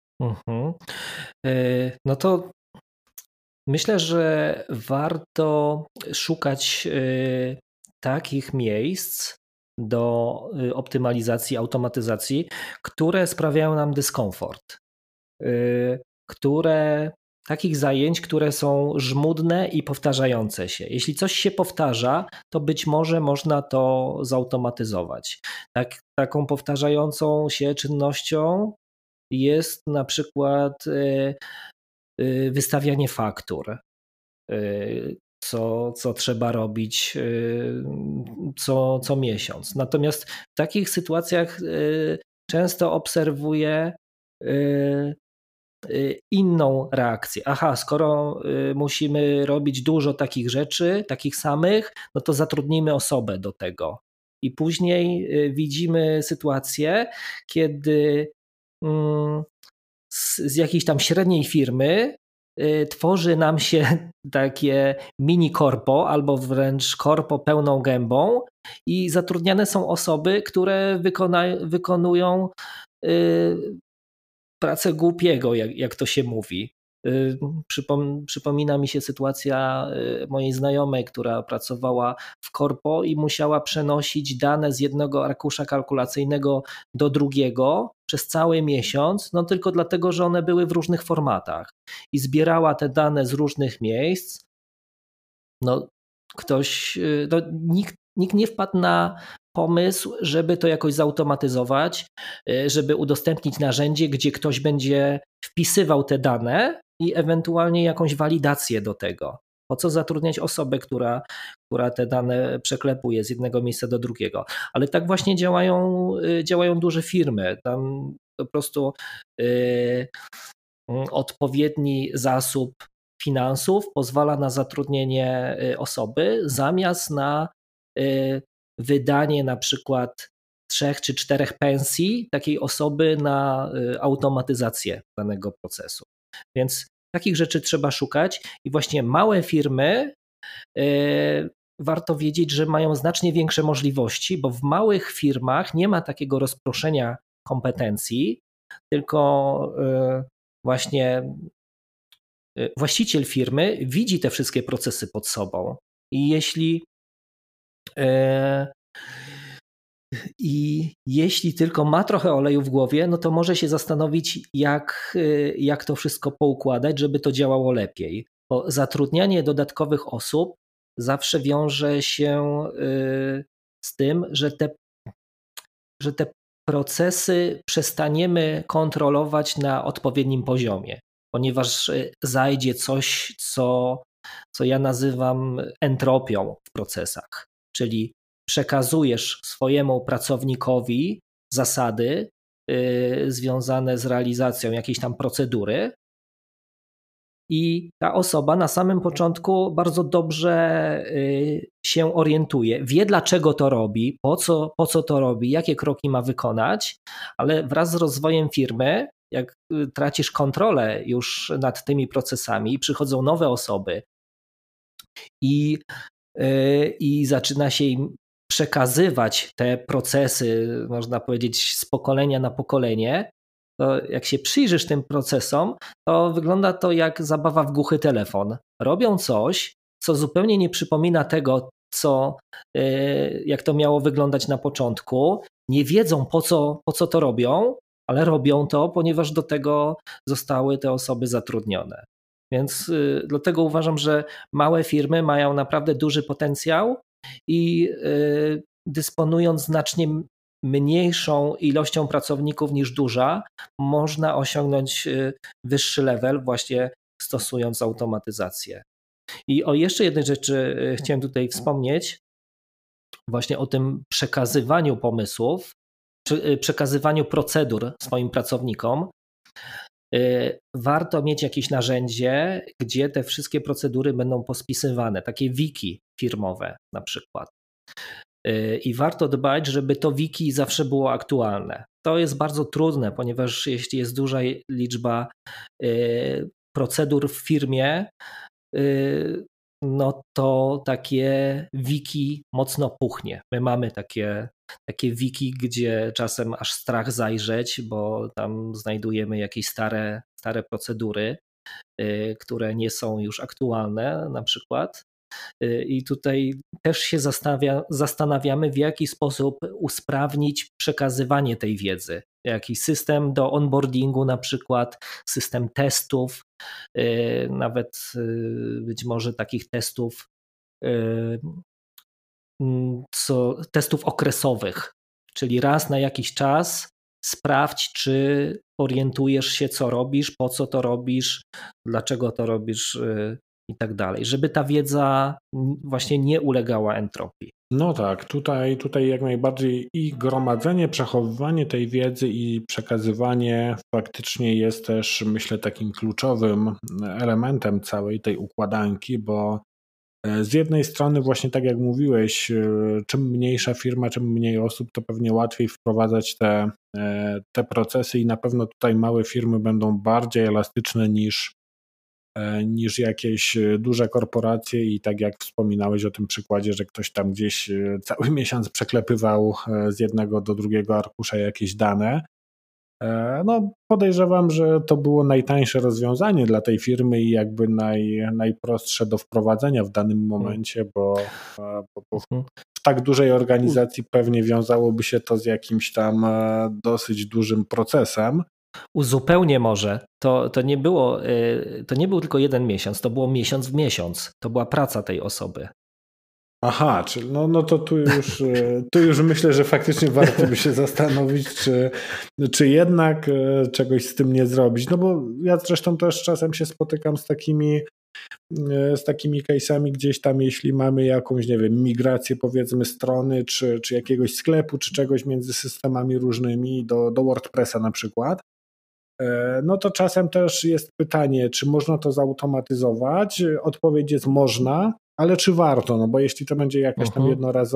No to myślę, że warto szukać takich miejsc do optymalizacji, automatyzacji, które sprawiają nam dyskomfort. Takich zajęć, które są żmudne i powtarzające się. Jeśli coś się powtarza, to być może można to zautomatyzować. Taką powtarzającą się czynnością jest na przykład wystawianie faktur, co trzeba robić co miesiąc. Natomiast w takich sytuacjach często obserwuję inną reakcję. Skoro musimy robić dużo takich rzeczy, takich samych, no to zatrudnijmy osobę do tego. I później widzimy sytuację, kiedy z jakiejś tam średniej firmy tworzy nam się takie mini korpo albo wręcz korpo pełną gębą i zatrudniane są osoby, które wykonują pracę głupiego, jak to się mówi. Przypomina mi się sytuacja mojej znajomej, która pracowała w korpo i musiała przenosić dane z jednego arkusza kalkulacyjnego do drugiego przez cały miesiąc, no tylko dlatego, że one były w różnych formatach i zbierała te dane z różnych miejsc. Nikt nie wpadł na pomysł, żeby to jakoś zautomatyzować, żeby udostępnić narzędzie, gdzie ktoś będzie wpisywał te dane i ewentualnie jakąś walidację do tego. Po co zatrudniać osobę, która te dane przeklepuje z jednego miejsca do drugiego? Ale tak właśnie działają duże firmy. Tam po prostu odpowiedni zasób finansów pozwala na zatrudnienie osoby zamiast na wydanie na przykład 3 czy 4 pensji takiej osoby na automatyzację danego procesu. Więc takich rzeczy trzeba szukać i właśnie małe firmy warto wiedzieć, że mają znacznie większe możliwości, bo w małych firmach nie ma takiego rozproszenia kompetencji, tylko właśnie właściciel firmy widzi te wszystkie procesy pod sobą i jeśli tylko ma trochę oleju w głowie, no to może się zastanowić, jak to wszystko poukładać, żeby to działało lepiej. Bo zatrudnianie dodatkowych osób zawsze wiąże się z tym, że te procesy przestaniemy kontrolować na odpowiednim poziomie, ponieważ zajdzie coś, co ja nazywam entropią w procesach, czyli przekazujesz swojemu pracownikowi zasady związane z realizacją jakiejś tam procedury i ta osoba na samym początku bardzo dobrze się orientuje, wie dlaczego to robi, po co to robi, jakie kroki ma wykonać, ale wraz z rozwojem firmy, jak tracisz kontrolę już nad tymi procesami, przychodzą nowe osoby i zaczyna się im przekazywać te procesy, można powiedzieć, z pokolenia na pokolenie, to jak się przyjrzysz tym procesom, to wygląda to jak zabawa w głuchy telefon. Robią coś, co zupełnie nie przypomina tego, jak to miało wyglądać na początku, nie wiedzą po co to robią ale robią to, ponieważ do tego zostały te osoby zatrudnione. Więc dlatego uważam, że małe firmy mają naprawdę duży potencjał i dysponując znacznie mniejszą ilością pracowników niż duża, można osiągnąć wyższy level właśnie stosując automatyzację. I o jeszcze jednej rzeczy chciałem tutaj wspomnieć, właśnie o tym przekazywaniu pomysłów, przekazywaniu procedur swoim pracownikom. Warto mieć jakieś narzędzie, gdzie te wszystkie procedury będą pospisywane, takie wiki firmowe na przykład. I warto dbać, żeby to wiki zawsze było aktualne. To jest bardzo trudne, ponieważ jeśli jest duża liczba procedur w firmie, no to takie wiki mocno puchnie. My mamy takie wiki, gdzie czasem aż strach zajrzeć, bo tam znajdujemy jakieś stare procedury, które nie są już aktualne na przykład. I tutaj też się zastanawiamy, w jaki sposób usprawnić przekazywanie tej wiedzy. Jakiś system do onboardingu na przykład, system testów, nawet być może takich testów, testów okresowych, czyli raz na jakiś czas sprawdź, czy orientujesz się, co robisz, po co to robisz, dlaczego to robisz i tak dalej, żeby ta wiedza właśnie nie ulegała entropii. No tak, tutaj jak najbardziej i gromadzenie, przechowywanie tej wiedzy i przekazywanie faktycznie jest też, myślę, takim kluczowym elementem całej tej układanki, bo z jednej strony właśnie tak jak mówiłeś, czym mniejsza firma, czym mniej osób, to pewnie łatwiej wprowadzać te procesy i na pewno tutaj małe firmy będą bardziej elastyczne niż jakieś duże korporacje i tak jak wspominałeś o tym przykładzie, że ktoś tam gdzieś cały miesiąc przeklepywał z jednego do drugiego arkusza jakieś dane. No podejrzewam, że to było najtańsze rozwiązanie dla tej firmy i jakby najprostsze do wprowadzenia w danym momencie, bo w tak dużej organizacji pewnie wiązałoby się to z jakimś tam dosyć dużym procesem. Uzupełnię może. To nie był tylko jeden miesiąc, to było miesiąc w miesiąc. To była praca tej osoby. Aha, czyli no to tu już myślę, że faktycznie warto by się zastanowić, czy jednak czegoś z tym nie zrobić. No bo ja zresztą też czasem się spotykam z takimi case'ami gdzieś tam, jeśli mamy jakąś, nie wiem, migrację powiedzmy strony, czy jakiegoś sklepu, czy czegoś między systemami różnymi do WordPressa na przykład, no to czasem też jest pytanie, czy można to zautomatyzować? Odpowiedź jest można, ale czy warto? No bo jeśli to będzie jakaś tam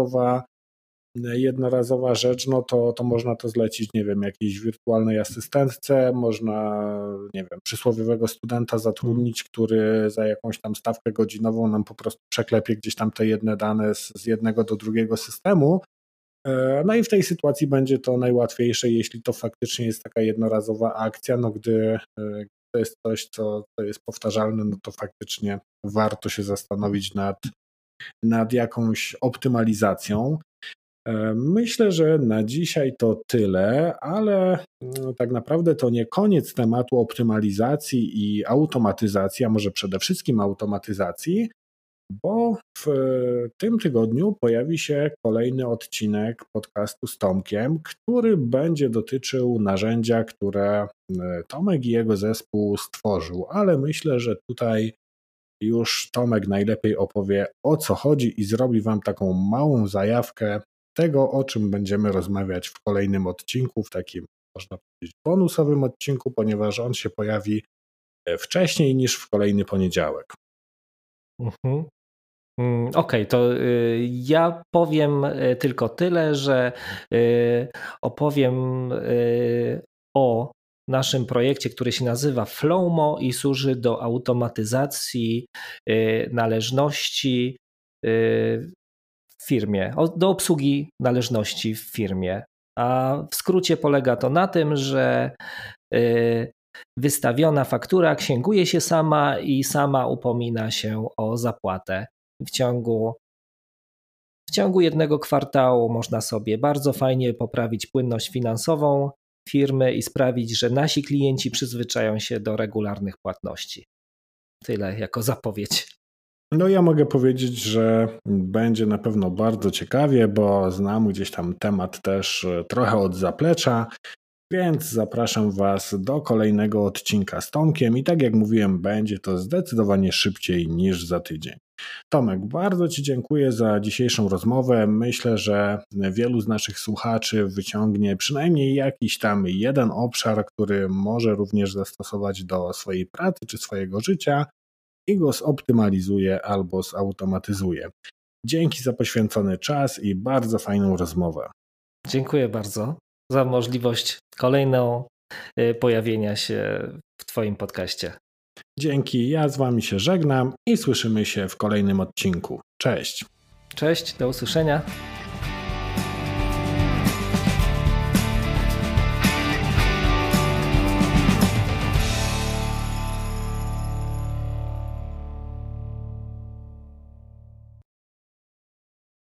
jednorazowa rzecz, no to można to zlecić, nie wiem, jakiejś wirtualnej asystentce, można, nie wiem, przysłowiowego studenta zatrudnić, który za jakąś tam stawkę godzinową nam po prostu przeklepie gdzieś tam te jedne dane z jednego do drugiego systemu. No i w tej sytuacji będzie to najłatwiejsze, jeśli to faktycznie jest taka jednorazowa akcja, no gdy to jest coś, co jest powtarzalne, no to faktycznie warto się zastanowić nad jakąś optymalizacją. Myślę, że na dzisiaj to tyle, ale tak naprawdę to nie koniec tematu optymalizacji i automatyzacji, a może przede wszystkim automatyzacji, bo w tym tygodniu pojawi się kolejny odcinek podcastu z Tomkiem, który będzie dotyczył narzędzia, które Tomek i jego zespół stworzył, ale myślę, że tutaj już Tomek najlepiej opowie, o co chodzi i zrobi Wam taką małą zajawkę tego, o czym będziemy rozmawiać w kolejnym odcinku, w takim, można powiedzieć, bonusowym odcinku, ponieważ on się pojawi wcześniej niż w kolejny poniedziałek. Okej, to ja powiem tylko tyle, że opowiem o naszym projekcie, który się nazywa Flowmo i służy do automatyzacji należności w firmie, do obsługi należności w firmie. A w skrócie polega to na tym, że wystawiona faktura księguje się sama i sama upomina się o zapłatę. W ciągu jednego kwartału można sobie bardzo fajnie poprawić płynność finansową firmy i sprawić, że nasi klienci przyzwyczają się do regularnych płatności. Tyle jako zapowiedź. No ja mogę powiedzieć, że będzie na pewno bardzo ciekawie, bo znam gdzieś tam temat też trochę od zaplecza, więc zapraszam Was do kolejnego odcinka z Tomkiem i tak jak mówiłem, będzie to zdecydowanie szybciej niż za tydzień. Tomek, bardzo Ci dziękuję za dzisiejszą rozmowę. Myślę, że wielu z naszych słuchaczy wyciągnie przynajmniej jakiś tam jeden obszar, który może również zastosować do swojej pracy czy swojego życia i go zoptymalizuje albo zautomatyzuje. Dzięki za poświęcony czas i bardzo fajną rozmowę. Dziękuję bardzo za możliwość kolejną pojawienia się w Twoim podcaście. Dzięki, ja z Wami się żegnam i słyszymy się w kolejnym odcinku. Cześć. Cześć, do usłyszenia.